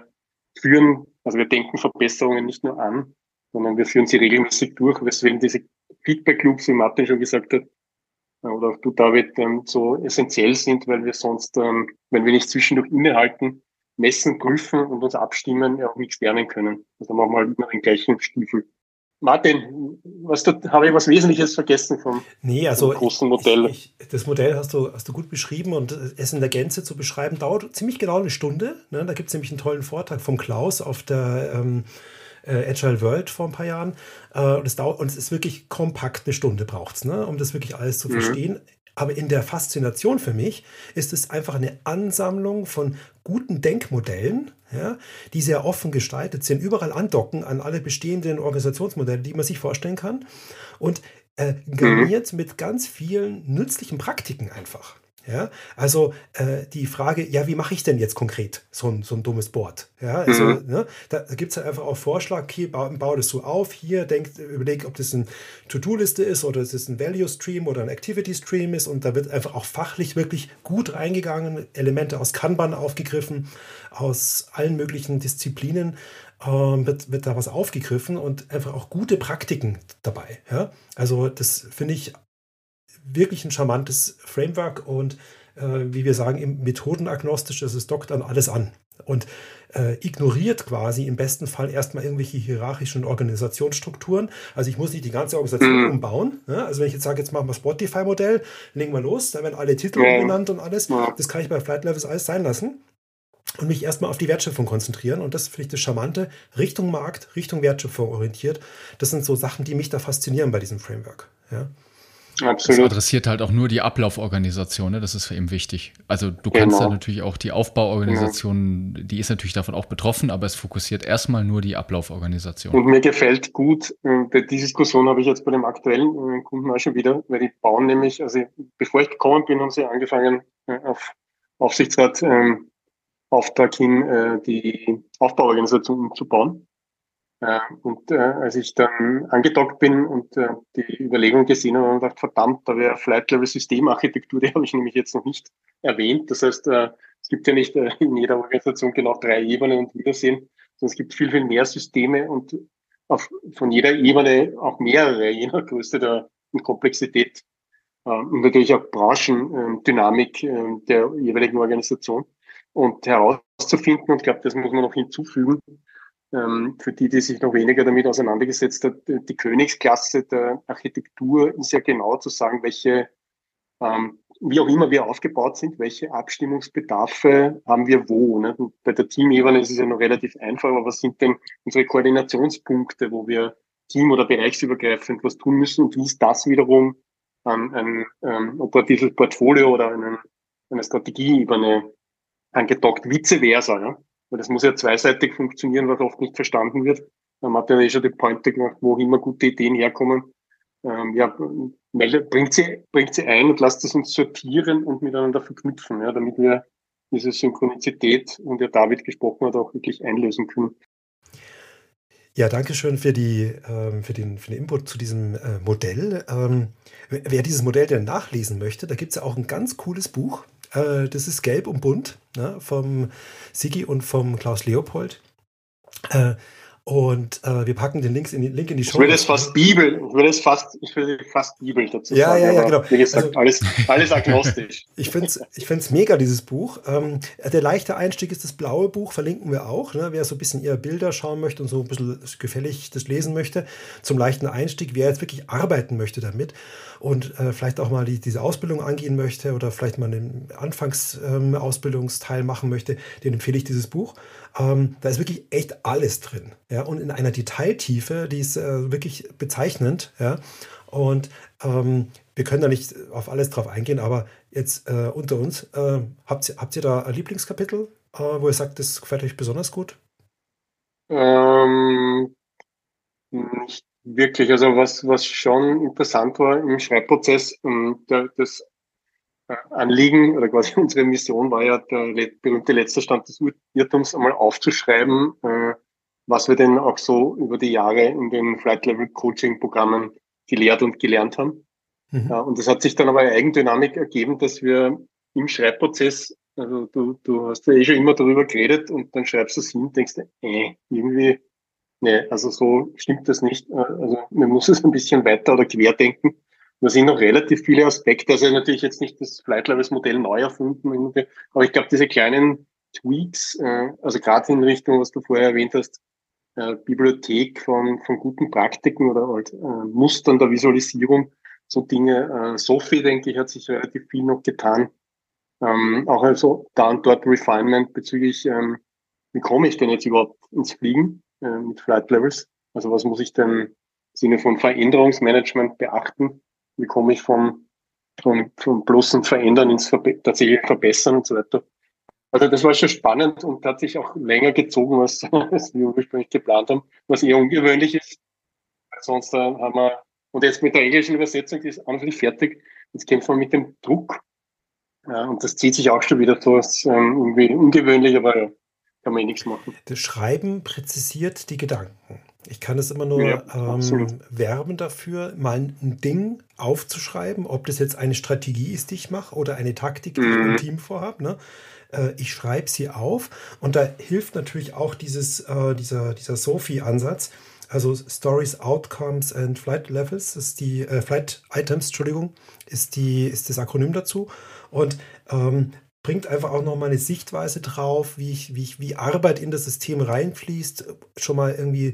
denken Verbesserungen nicht nur an, sondern wir führen sie regelmäßig durch, weswegen diese Feedback-Loops, wie Martin schon gesagt hat, oder auch du, David, so essentiell sind, weil wir sonst, wenn wir nicht zwischendurch innehalten, messen, prüfen und uns abstimmen, ja auch nichts lernen können. Also machen wir halt immer den gleichen Stiefel. Martin, habe ich was Wesentliches vergessen vom großen Modell? Das Modell hast du gut beschrieben und es in der Gänze zu beschreiben dauert ziemlich genau eine Stunde. Ne? Da gibt es nämlich einen tollen Vortrag vom Klaus auf der Agile World vor ein paar Jahren. Und es ist wirklich kompakt, eine Stunde braucht es, ne? Um das wirklich alles zu verstehen. Aber in der Faszination für mich ist es einfach eine Ansammlung von guten Denkmodellen, ja, die sehr offen gestaltet sind, überall andocken an alle bestehenden Organisationsmodelle, die man sich vorstellen kann. Und garniert mit ganz vielen nützlichen Praktiken einfach. Ja, also die Frage, ja, wie mache ich denn jetzt konkret so ein dummes Board? Ja, also, ne, da gibt es halt einfach auch Vorschlag, okay, bau das so auf, hier überleg, ob das ein To-Do-Liste ist oder es ist ein Value-Stream oder ein Activity-Stream ist und da wird einfach auch fachlich wirklich gut reingegangen, Elemente aus Kanban aufgegriffen, aus allen möglichen Disziplinen wird da was aufgegriffen und einfach auch gute Praktiken dabei. Ja? Also das finde ich wirklich ein charmantes Framework und wie wir sagen, eben methodenagnostisch, es dockt an alles an und ignoriert quasi im besten Fall erstmal irgendwelche hierarchischen Organisationsstrukturen. Also ich muss nicht die ganze Organisation umbauen. Ne? Also wenn ich jetzt sage, jetzt machen wir Spotify-Modell, legen wir los, da werden alle Titel genannt und alles. Das kann ich bei Flight Levels alles sein lassen und mich erstmal auf die Wertschöpfung konzentrieren. Und das finde ich das Charmante, Richtung Markt, Richtung Wertschöpfung orientiert. Das sind so Sachen, die mich da faszinieren bei diesem Framework. Ja. Es adressiert halt auch nur die Ablauforganisation, ne? Das ist eben wichtig. Also du kannst da natürlich auch die Aufbauorganisation, die ist natürlich davon auch betroffen, aber es fokussiert erstmal nur die Ablauforganisation. Und mir gefällt gut, die Diskussion habe ich jetzt bei dem aktuellen Kunden auch schon wieder, weil die bauen nämlich, also bevor ich gekommen bin, haben sie angefangen, auf Aufsichtsrat Auftrag hin, die Aufbauorganisation umzubauen. Und als ich dann angedockt bin und die Überlegung gesehen habe, habe ich gedacht, verdammt, da wäre Flight-Level-Systemarchitektur, die habe ich nämlich jetzt noch nicht erwähnt. Das heißt, es gibt ja nicht in jeder Organisation genau 3 Ebenen und Wiedersehen, sondern es gibt viel, viel mehr Systeme und von jeder Ebene auch mehrere, je nach Größe der und Komplexität und natürlich auch Branchendynamik der jeweiligen Organisation. Und herauszufinden, und ich glaube, das muss man noch hinzufügen, für die sich noch weniger damit auseinandergesetzt hat, die Königsklasse der Architektur ist ja genau zu sagen, welche, wie auch immer wir aufgebaut sind, welche Abstimmungsbedarfe haben wir wo. Ne? Und bei der Teamebene ist es ja noch relativ einfach, aber was sind denn unsere Koordinationspunkte, wo wir team- oder bereichsübergreifend was tun müssen und wie ist das wiederum ein operatives Portfolio oder eine Strategieebene angedockt, vice versa. Ja? Weil das muss ja zweiseitig funktionieren, was oft nicht verstanden wird. Man hat ja schon die Pointe gemacht, wo immer gute Ideen herkommen. Bringt sie ein und lasst es uns sortieren und miteinander verknüpfen, ja, damit wir diese Synchronizität, und der David gesprochen hat, auch wirklich einlösen können. Ja, danke schön für den Input zu diesem Modell. Wer dieses Modell denn nachlesen möchte, da gibt es ja auch ein ganz cooles Buch. Das ist Gelb und Bunt, ne, vom Sigi und vom Klaus Leopold. Wir packen den Link in die Show. Ich würde fast Bibel dazu sagen. Ja, genau. Wie gesagt, also, alles agnostisch. Ich find's mega, dieses Buch. Der leichte Einstieg ist das blaue Buch, verlinken wir auch. Ne? Wer so ein bisschen eher Bilder schauen möchte und so ein bisschen gefällig das lesen möchte, zum leichten Einstieg, wer jetzt wirklich arbeiten möchte damit und vielleicht auch mal diese Ausbildung angehen möchte oder vielleicht mal einen Anfangsausbildungsteil machen möchte, den empfehle ich dieses Buch. Da ist wirklich echt alles drin. Ja? Und in einer Detailtiefe, die ist wirklich bezeichnend. Ja? Und wir können da nicht auf alles drauf eingehen, aber jetzt unter uns, habt ihr da ein Lieblingskapitel, wo ihr sagt, das gefällt euch besonders gut? Nicht wirklich. Also was schon interessant war im Schreibprozess, das Anliegen oder quasi unsere Mission war ja, der berühmte letzte Stand des Irrtums einmal aufzuschreiben, was wir denn auch so über die Jahre in den Flight-Level-Coaching-Programmen gelehrt und gelernt haben. Mhm. Und das hat sich dann aber eine Eigendynamik ergeben, dass wir im Schreibprozess, also du hast ja eh schon immer darüber geredet und dann schreibst du es hin und denkst, irgendwie, nee, also so stimmt das nicht. Also man muss es ein bisschen weiter oder querdenken. Da sind noch relativ viele Aspekte, also natürlich jetzt nicht das Flight-Levels-Modell neu erfunden, aber ich glaube, diese kleinen Tweaks, also gerade in Richtung, was du vorher erwähnt hast, Bibliothek von guten Praktiken oder halt Mustern der Visualisierung, so Dinge. Sophie, denke ich, hat sich relativ viel noch getan. Auch also da und dort Refinement bezüglich, wie komme ich denn jetzt überhaupt ins Fliegen mit Flight Levels? Also was muss ich denn im Sinne von Veränderungsmanagement beachten? Wie komme ich vom bloßen Verändern ins tatsächlich Verbessern und so weiter? Also das war schon spannend und hat sich auch länger gezogen, als wir ursprünglich geplant haben, was eher ungewöhnlich ist. Sonst haben wir, und jetzt mit der englischen Übersetzung, die ist an und für sich fertig. Jetzt kämpfen wir mit dem Druck. Ja, und das zieht sich auch schon wieder so, ist irgendwie ungewöhnlich, aber ja, kann man eh nichts machen. Das Schreiben präzisiert die Gedanken. Ich kann es immer nur werben dafür, mal ein Ding aufzuschreiben, ob das jetzt eine Strategie ist, die ich mache, oder eine Taktik, die ich im Team vorhabe. Ne? Ich schreibe sie auf und da hilft natürlich auch dieser Sophie-Ansatz, also Stories, Outcomes and Flight Levels, ist die Flight Items, Entschuldigung, ist das Akronym dazu und bringt einfach auch nochmal eine Sichtweise drauf, wie Arbeit in das System reinfließt, schon mal irgendwie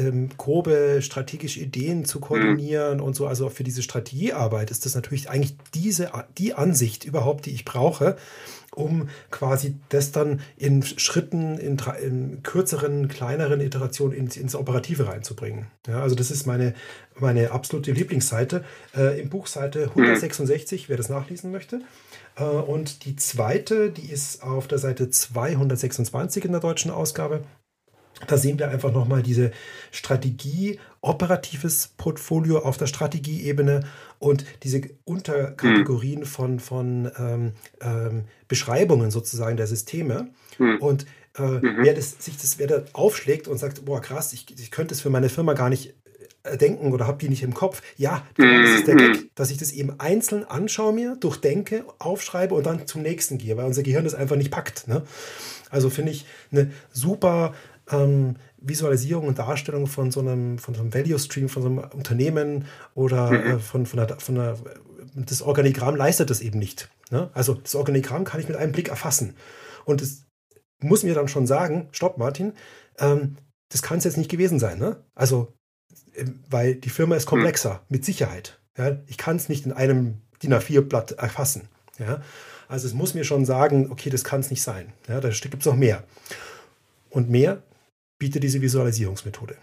grobe strategische Ideen zu koordinieren und so. Also für diese Strategiearbeit ist das natürlich eigentlich die Ansicht überhaupt, die ich brauche. um quasi das dann in Schritten, in kürzeren, kleineren Iterationen ins Operative reinzubringen. Ja, also das ist meine absolute Lieblingsseite. Im Buch Seite 166, wer das nachlesen möchte. Und die zweite, die ist auf der Seite 226 in der deutschen Ausgabe. Da sehen wir einfach nochmal diese Strategie, operatives Portfolio auf der Strategieebene und diese Unterkategorien von Beschreibungen sozusagen der Systeme. Und wer da aufschlägt und sagt, boah krass, ich könnte es für meine Firma gar nicht denken oder habe die nicht im Kopf. Ja, genau, das ist der Gag, dass ich das eben einzeln anschaue mir, durchdenke, aufschreibe und dann zum nächsten gehe, weil unser Gehirn das einfach nicht packt. Ne? Also finde ich eine super Visualisierung und Darstellung von so einem Value Stream, von so einem Unternehmen oder das Organigramm leistet das eben nicht. Ne? Also das Organigramm kann ich mit einem Blick erfassen. Und es muss mir dann schon sagen, stopp Martin, das kann es jetzt nicht gewesen sein. Ne? Also, weil die Firma ist komplexer, mit Sicherheit. Ja? Ich kann es nicht in einem DIN A4-Blatt erfassen. Ja? Also es muss mir schon sagen, okay, das kann es nicht sein. Ja? Da gibt es noch mehr. Und mehr bietet diese Visualisierungsmethode.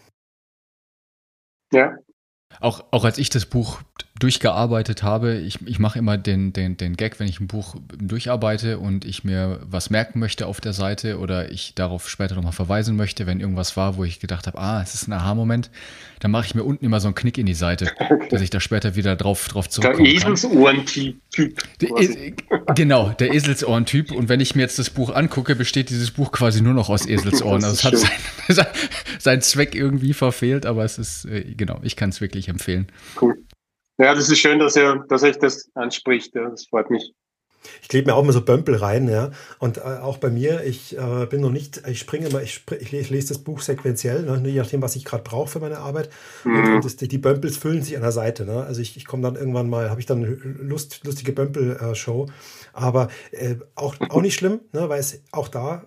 Ja. Auch als ich das Buch durchgearbeitet habe, ich mache immer den Gag, wenn ich ein Buch durcharbeite und ich mir was merken möchte auf der Seite oder ich darauf später nochmal verweisen möchte, wenn irgendwas war, wo ich gedacht habe, es ist ein Aha-Moment, dann mache ich mir unten immer so einen Knick in die Seite, dass ich da später wieder drauf zurückkommen der Eselsohren-Typ. Genau, der Eselsohren-Typ. Und wenn ich mir jetzt das Buch angucke, besteht dieses Buch quasi nur noch aus Eselsohren. Also es hat seinen Zweck irgendwie verfehlt, aber es ist, genau, ich kann es wirklich empfehlen. Cool. Ja, das ist schön, dass er euch das anspricht. Ja, das freut mich. Ich klebe mir auch immer so Bömpel rein, ja. Und auch bei mir, ich bin noch nicht, ich lese das Buch sequenziell, ne, je nachdem, was ich gerade brauche für meine Arbeit. Und die Bömpels füllen sich an der Seite. Ne? Also ich komme dann irgendwann mal, habe ich dann lustige Bömpel-Show. Aber auch nicht schlimm, ne, weil es auch da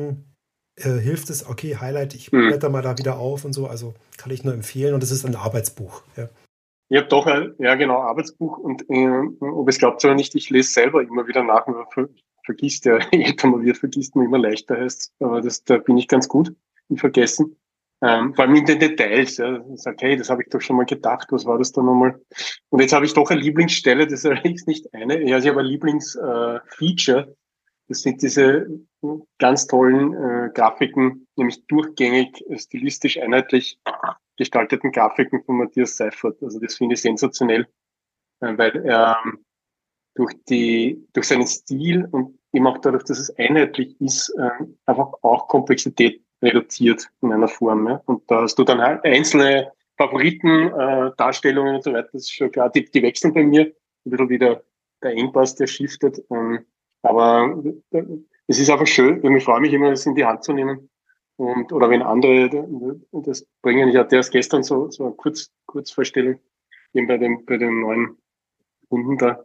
hilft es, okay, Highlight, ich blätter mal da wieder auf und so. Also kann ich nur empfehlen. Und es ist ein Arbeitsbuch, ja. Ich habe doch genau, Arbeitsbuch und ob es glaubt oder nicht, ich lese selber immer wieder nach, man vergisst ja, je älter man wird, vergisst man immer leichter, heißt, aber da bin ich ganz gut im Vergessen. Vor allem in den Details, ja, ich sage, hey, das habe ich doch schon mal gedacht, was war das da nochmal? Und jetzt habe ich doch eine Lieblingsstelle, das ist allerdings nicht eine, ja, ich habe ein Lieblingsfeature, das sind diese ganz tollen Grafiken, nämlich durchgängig, stilistisch einheitlich gestalteten Grafiken von Matthias Seifert. Also das finde ich sensationell, weil er durch seinen Stil und eben auch dadurch, dass es einheitlich ist, einfach auch Komplexität reduziert in einer Form. Ja? Und da hast du dann halt einzelne Favoriten, Darstellungen und so weiter. Das ist schon klar, die wechseln bei mir. Ein bisschen wie der Engpass, der shiftet. Aber es ist einfach schön, und ich freue mich immer, das in die Hand zu nehmen. Oder wenn andere das bringen. Ich hatte erst gestern so eine Kurzvorstellung eben bei dem neuen Kunden da.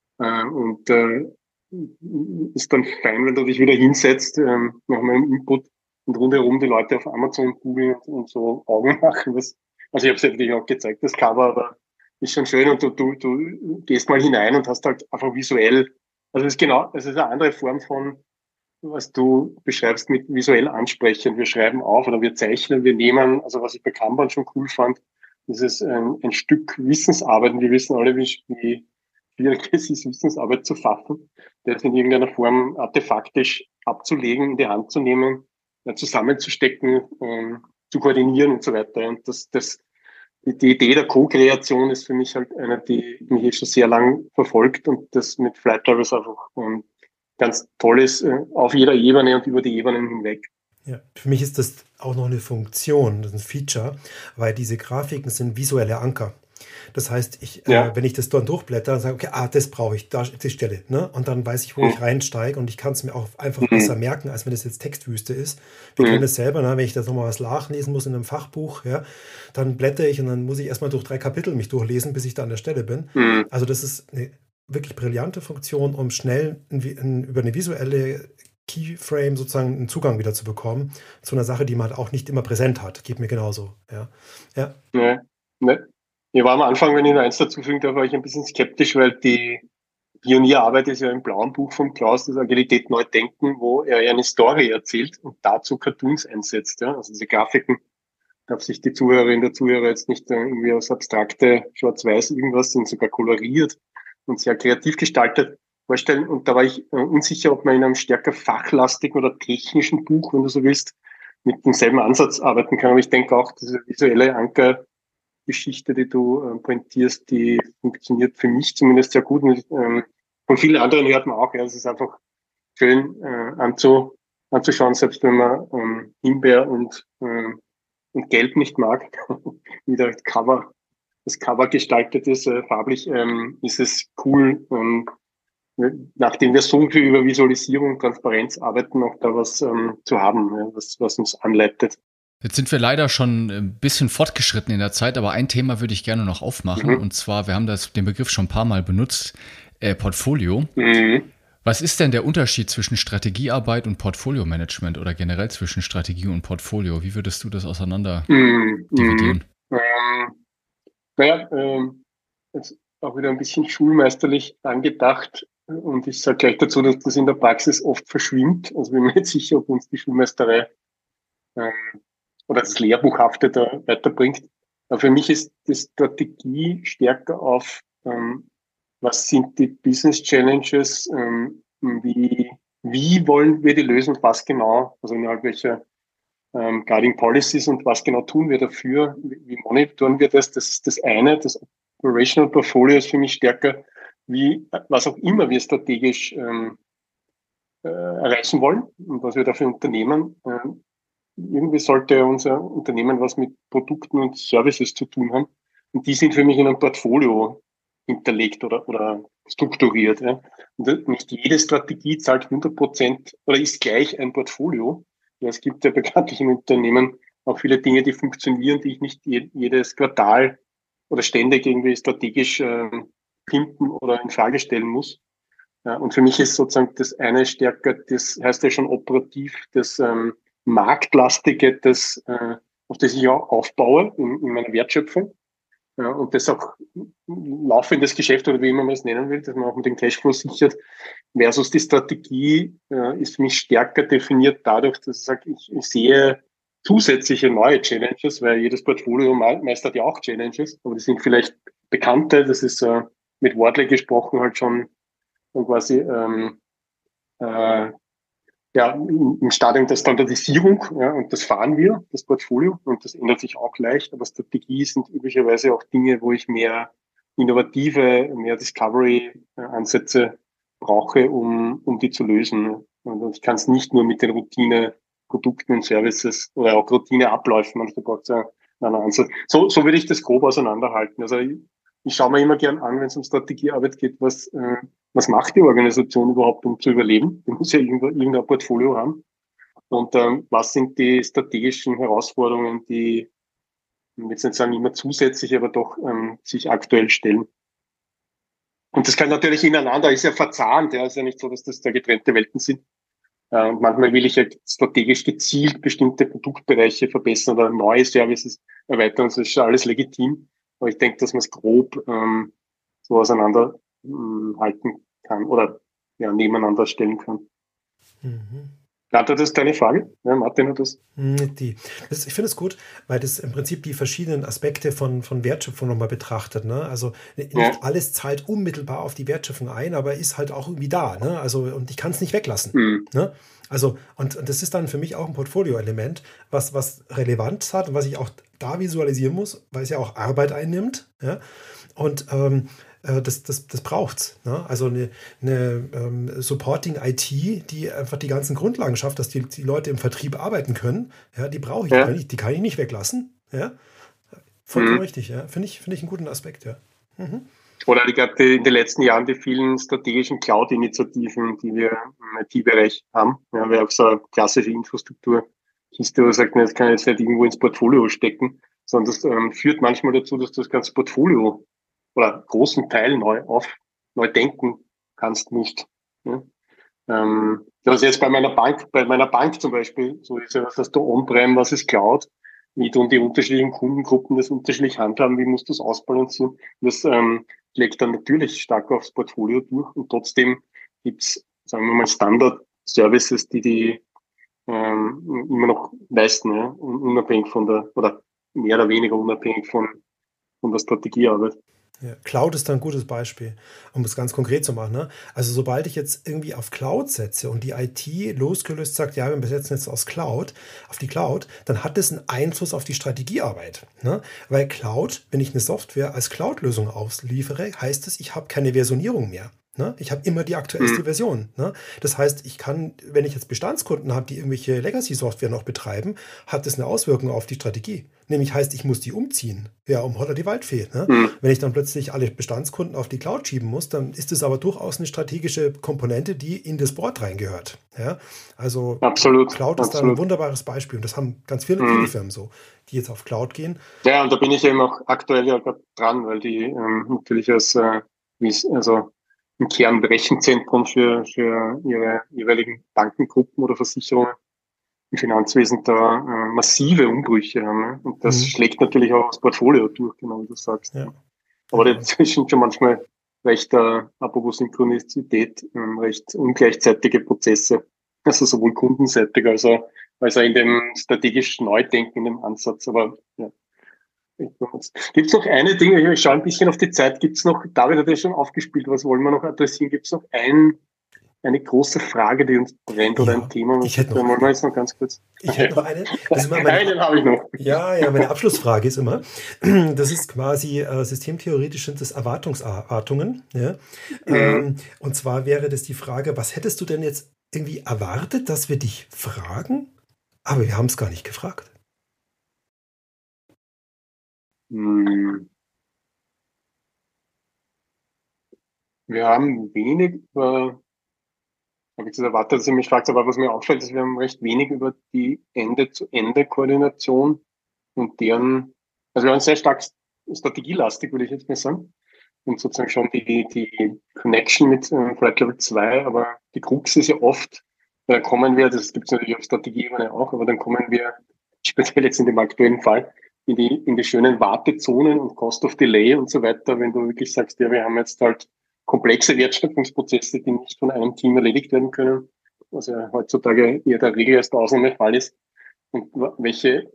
Ist dann fein, wenn du dich wieder hinsetzt, nach meinem Input und rundherum die Leute auf Amazon googeln und so Augen machen. Also ich habe es natürlich auch gezeigt, das Cover, aber ist schon schön und du gehst mal hinein und hast halt einfach visuell, also es ist eine andere Form von, was du beschreibst mit visuell ansprechen. Wir schreiben auf oder wir zeichnen, wir nehmen, also was ich bei Kanban schon cool fand, das ist ein Stück Wissensarbeit. Und wir wissen alle, wie schwierig es ist, Wissensarbeit zu fassen, das in irgendeiner Form artefaktisch abzulegen, in die Hand zu nehmen, zusammenzustecken, zu koordinieren und so weiter. Und die Idee der Co-Kreation ist für mich halt eine, die mich jetzt schon sehr lang verfolgt und das mit Flight Drivers einfach ganz toll ist, auf jeder Ebene und über die Ebenen hinweg. Ja, für mich ist das auch noch eine Funktion, das ist ein Feature, weil diese Grafiken sind visuelle Anker. Das heißt, wenn ich das dann durchblätter und sage, okay, das brauche ich, da die Stelle, ne? Und dann weiß ich, wo ich reinsteige und ich kann es mir auch einfach besser merken, als wenn das jetzt Textwüste ist. Wir kennen das selber, ne? Wenn ich da nochmal was nachlesen muss in einem Fachbuch, ja, dann blätter ich und dann muss ich erstmal durch 3 Kapitel mich durchlesen, bis ich da an der Stelle bin. Also das ist eine wirklich brillante Funktion, um schnell über eine visuelle Keyframe sozusagen einen Zugang wieder zu bekommen zu einer Sache, die man halt auch nicht immer präsent hat. Geht mir genauso. Ja. Ne. Ich war am Anfang, wenn ich noch eins dazufügen darf, war ich ein bisschen skeptisch, weil die Pionierarbeit ist ja im blauen Buch von Klaus, das Agilität neu denken, wo er ja eine Story erzählt und dazu Cartoons einsetzt. Ja? Also diese Grafiken darf sich die Zuhörerin, der Zuhörer jetzt nicht irgendwie aus abstrakte Schwarz-Weiß irgendwas, sind sogar koloriert und sehr kreativ gestaltet vorstellen. Und da war ich unsicher, ob man in einem stärker fachlastigen oder technischen Buch, wenn du so willst, mit demselben Ansatz arbeiten kann. Aber ich denke auch, diese visuelle Ankergeschichte, die du pointierst, die funktioniert für mich zumindest sehr gut. Und, von vielen anderen hört man auch, ja, es ist einfach schön anzuschauen, selbst wenn man Himbeer und Gelb nicht mag, wie das Cover gestaltet ist, farblich, ist es cool, nachdem wir so viel über Visualisierung und Transparenz arbeiten, auch da was zu haben, ja, was uns anleitet. Jetzt sind wir leider schon ein bisschen fortgeschritten in der Zeit, aber ein Thema würde ich gerne noch aufmachen. Und zwar, wir haben den Begriff schon ein paar Mal benutzt, Portfolio. Was ist denn der Unterschied zwischen Strategiearbeit und Portfolio-Management oder generell zwischen Strategie und Portfolio? Wie würdest du das auseinander dividieren? Jetzt auch wieder ein bisschen schulmeisterlich angedacht. Und ich sage gleich dazu, dass das in der Praxis oft verschwimmt. Also bin mir nicht sicher, ob uns die Schulmeisterei oder das Lehrbuchhafte da weiterbringt. Aber für mich ist die Strategie stärker auf, was sind die Business Challenges, wie wollen wir die lösen, was genau, also innerhalb welcher Guiding Policies und was genau tun wir dafür, wie monitoren wir das, das ist das eine, das Operational Portfolio ist für mich stärker, was auch immer wir strategisch erreichen wollen und was wir dafür unternehmen. Irgendwie sollte unser Unternehmen was mit Produkten und Services zu tun haben. Und die sind für mich in einem Portfolio hinterlegt oder strukturiert. Ja. Und nicht jede Strategie zahlt 100% oder ist gleich ein Portfolio. Ja, es gibt ja bekanntlich in Unternehmen auch viele Dinge, die funktionieren, die ich nicht jedes Quartal oder ständig irgendwie strategisch pimpen oder in Frage stellen muss. Ja, und für mich ist sozusagen das eine stärker, das heißt ja schon operativ, das Marktlastige, auf das ich auch aufbaue in meiner Wertschöpfung. Ja, und das auch laufendes Geschäft oder wie immer man es nennen will, dass man auch mit dem Cashflow sichert, versus die Strategie ist für mich stärker definiert dadurch, dass ich sage, ich sehe zusätzliche neue Challenges, weil jedes Portfolio meistert ja auch Challenges, aber die sind vielleicht bekannte, das ist mit Wordley gesprochen halt schon quasi im Stadium der Standardisierung, ja, und das fahren wir, das Portfolio, und das ändert sich auch leicht, aber Strategie sind üblicherweise auch Dinge, wo ich mehr innovative, mehr Discovery-Ansätze brauche, um die zu lösen. Und ich kann es nicht nur mit den Routine-Produkten und Services oder auch Routine-Abläufen, manchmal braucht es einen anderen Ansatz. So würde ich das grob auseinanderhalten. Also ich schaue mir immer gern an, wenn es um Strategiearbeit geht, was macht die Organisation überhaupt, um zu überleben? Die muss ja irgendein Portfolio haben. Und was sind die strategischen Herausforderungen, die, ich will jetzt nicht sagen immer zusätzlich, aber doch sich aktuell stellen? Und das kann natürlich ineinander, ist ja verzahnt, ja, ist ja nicht so, dass das da getrennte Welten sind. Und manchmal will ich ja strategisch gezielt bestimmte Produktbereiche verbessern oder neue Services erweitern. Das ist schon alles legitim. Aber ich denke, dass man es grob so auseinanderhalten kann oder ja, nebeneinander stellen kann. Beantwortet das deine Frage? Ja, Martin hat das. Ich finde es gut, weil das im Prinzip die verschiedenen Aspekte von Wertschöpfung nochmal betrachtet. Ne? Also nicht alles zahlt unmittelbar auf die Wertschöpfung ein, aber ist halt auch irgendwie da. Ne? Also, und ich kann es nicht weglassen. Ne? Also, und das ist dann für mich auch ein Portfolio-Element, was Relevanz hat und was ich auch da visualisieren muss, weil es ja auch Arbeit einnimmt. Ja? Und das braucht's. Ne? Also eine Supporting IT, die einfach die ganzen Grundlagen schafft, dass die Leute im Vertrieb arbeiten können. Ja, die brauche ich, die kann ich nicht weglassen. Ja, vollkommen richtig. Ja, finde ich einen guten Aspekt. Ja. Oder in den letzten Jahren die vielen strategischen Cloud-Initiativen, die wir im IT-Bereich haben. Ja, wir haben so eine klassische Infrastruktur-Kiste, wo man sagt, das kann ich jetzt nicht irgendwo ins Portfolio stecken, sondern das führt manchmal dazu, dass du das ganze Portfolio oder großen Teil neu denken kannst nicht. Ja? Das ist jetzt bei meiner Bank zum Beispiel, so ist ja, was hast du On-Prem, was ist Cloud? wie tun die unterschiedlichen Kundengruppen das unterschiedlich handhaben, wie musst du es ausbalancieren. Das schlägt dann natürlich stark aufs Portfolio durch und trotzdem gibt's, sagen wir mal, Standard-Services, die immer noch leisten, ja, unabhängig von oder mehr oder weniger unabhängig von der Strategiearbeit. Ja, Cloud ist da ein gutes Beispiel, um es ganz konkret zu machen. Ne? Also sobald ich jetzt irgendwie auf Cloud setze und die IT losgelöst sagt, ja, wir setzen jetzt auf die Cloud, dann hat das einen Einfluss auf die Strategiearbeit. Ne? Weil Cloud, wenn ich eine Software als Cloud-Lösung ausliefere, heißt es, ich habe keine Versionierung mehr. Ne? Ich habe immer die aktuellste Version. Ne? Das heißt, ich kann, wenn ich jetzt Bestandskunden habe, die irgendwelche Legacy-Software noch betreiben, hat das eine Auswirkung auf die Strategie. Nämlich heißt, ich muss die umziehen. Ja, um Holler die Waldfee. Ne? Wenn ich dann plötzlich alle Bestandskunden auf die Cloud schieben muss, dann ist es aber durchaus eine strategische Komponente, die in das Board reingehört. Ja? Also absolut, Cloud ist da ein wunderbares Beispiel. Und das haben ganz viele Firmen so, die jetzt auf Cloud gehen. Ja, und da bin ich eben auch aktuell ja gerade dran, weil die natürlich also im Kern Rechenzentrum für ihre jeweiligen Bankengruppen oder Versicherungen im Finanzwesen da massive Umbrüche haben. Ne? Und das schlägt natürlich auch das Portfolio durch, genau wie du sagst. Ja. Aber dazwischen schon manchmal recht, apropos Synchronizität, recht ungleichzeitige Prozesse. Also sowohl kundenseitig als auch in dem strategischen Neudenken, in dem Ansatz. Aber ja. Gibt es noch eine Ding, ich schaue ein bisschen auf die Zeit, gibt es noch, David hat ja schon aufgespielt, was wollen wir noch adressieren? Gibt es noch eine große Frage, die uns brennt oder ein Thema? Ich hätte noch wollen wir jetzt noch ganz kurz. Ich hätte noch eine. Einen habe ich noch. Ja, meine Abschlussfrage ist immer, das ist quasi systemtheoretisch sind das Erwartungen. Ja? Und zwar wäre das die Frage, was hättest du denn jetzt irgendwie erwartet, dass wir dich fragen? Aber wir haben es gar nicht gefragt. Wir haben wenig habe ich das erwartet, dass ihr mich fragt, aber was mir auffällt, ist, wir haben recht wenig über die Ende-zu-Ende-Koordination und also wir haben sehr stark strategielastig, würde ich jetzt mal sagen, und sozusagen schon die Connection mit Flight Level 2, aber die Krux ist ja oft, da kommen wir, das gibt es natürlich auf Strategieebene auch, aber dann kommen wir, speziell jetzt in dem aktuellen Fall, in die schönen Wartezonen und Cost of Delay und so weiter, wenn du wirklich sagst, ja, wir haben jetzt halt komplexe Wertschöpfungsprozesse, die nicht von einem Team erledigt werden können, was ja heutzutage eher der Regel als der Ausnahmefall ist, und welche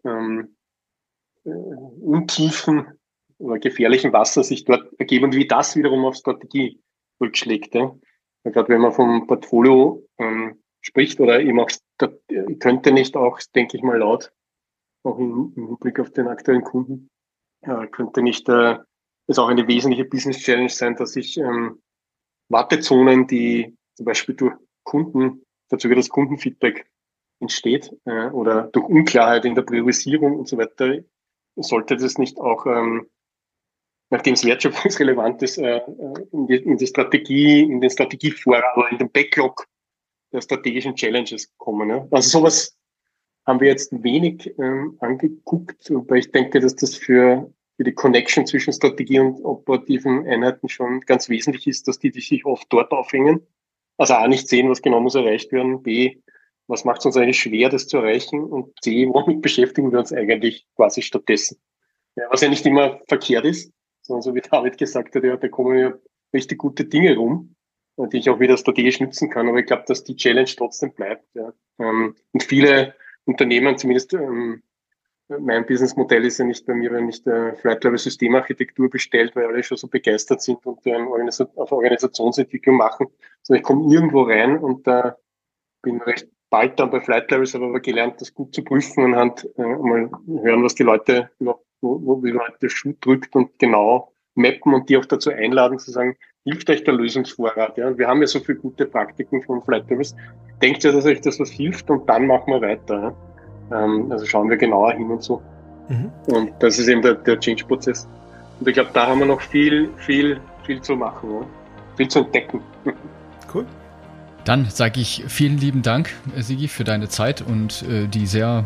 untiefen oder gefährlichen Wasser sich dort ergeben und wie das wiederum auf Strategie rückschlägt. Ja. Gerade wenn man vom Portfolio spricht oder eben auch, könnte nicht auch, denke ich mal laut, auch im Hinblick auf den aktuellen Kunden, könnte nicht ist auch eine wesentliche Business Challenge sein, dass ich Wartezonen, die zum Beispiel durch verzögertes Kundenfeedback entsteht oder durch Unklarheit in der Priorisierung und so weiter, sollte das nicht auch, nachdem es wertschöpfungsrelevant ist, in die Strategie, in den Strategievorrat oder in den Backlog der strategischen Challenges kommen. Ja? Also sowas haben wir jetzt wenig angeguckt, weil ich denke, dass das für die Connection zwischen Strategie und operativen Einheiten schon ganz wesentlich ist, dass die sich oft dort aufhängen. Also A, nicht sehen, was genau muss erreicht werden, B, was macht es uns eigentlich schwer, das zu erreichen, und C, womit beschäftigen wir uns eigentlich quasi stattdessen. Ja, was ja nicht immer verkehrt ist, sondern so wie David gesagt hat, ja, da kommen ja richtig gute Dinge rum, die ich auch wieder strategisch nutzen kann, aber ich glaube, dass die Challenge trotzdem bleibt. Ja. Und viele Unternehmen, zumindest mein Businessmodell ist ja nicht bei mir, wenn ich Flight-Level-Systemarchitektur bestellt, weil alle schon so begeistert sind und auf Organisationsentwicklung machen, sondern ich komme irgendwo rein und bin recht bald dann bei Flight-Levels, habe aber gelernt, das gut zu prüfen und mal hören, was die Leute, wo die Leute der Schuh drückt und genau mappen und die auch dazu einladen, zu sagen, hilft euch der Lösungsvorrat. Ja? Wir haben ja so viele gute Praktiken von Flight-Levels. Denkt ihr, dass euch das was hilft, und dann machen wir weiter. Ja? Also schauen wir genauer hin und so. Und das ist eben der Change-Prozess. Und ich glaube, da haben wir noch viel zu machen, ja? Viel zu entdecken. Cool. Dann sage ich vielen lieben Dank, Sigi, für deine Zeit und die sehr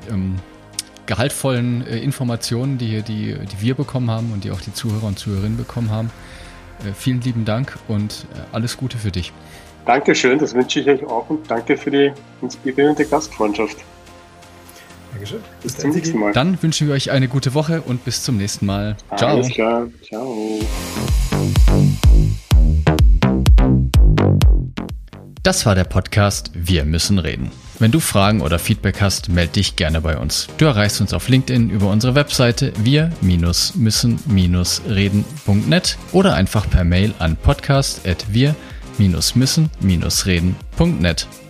gehaltvollen Informationen, die wir bekommen haben und die auch die Zuhörer und Zuhörerinnen bekommen haben. Vielen lieben Dank und alles Gute für dich. Dankeschön, das wünsche ich euch auch, und danke für die inspirierende Gastfreundschaft. Dankeschön. Bis zum nächsten Mal. Dann wünschen wir euch eine gute Woche und bis zum nächsten Mal. Ciao. Alles klar. Ciao. Das war der Podcast Wir müssen reden. Wenn du Fragen oder Feedback hast, melde dich gerne bei uns. Du erreichst uns auf LinkedIn über unsere Webseite wir-müssen-reden.net oder einfach per Mail an podcast@wir-müssen-reden.net.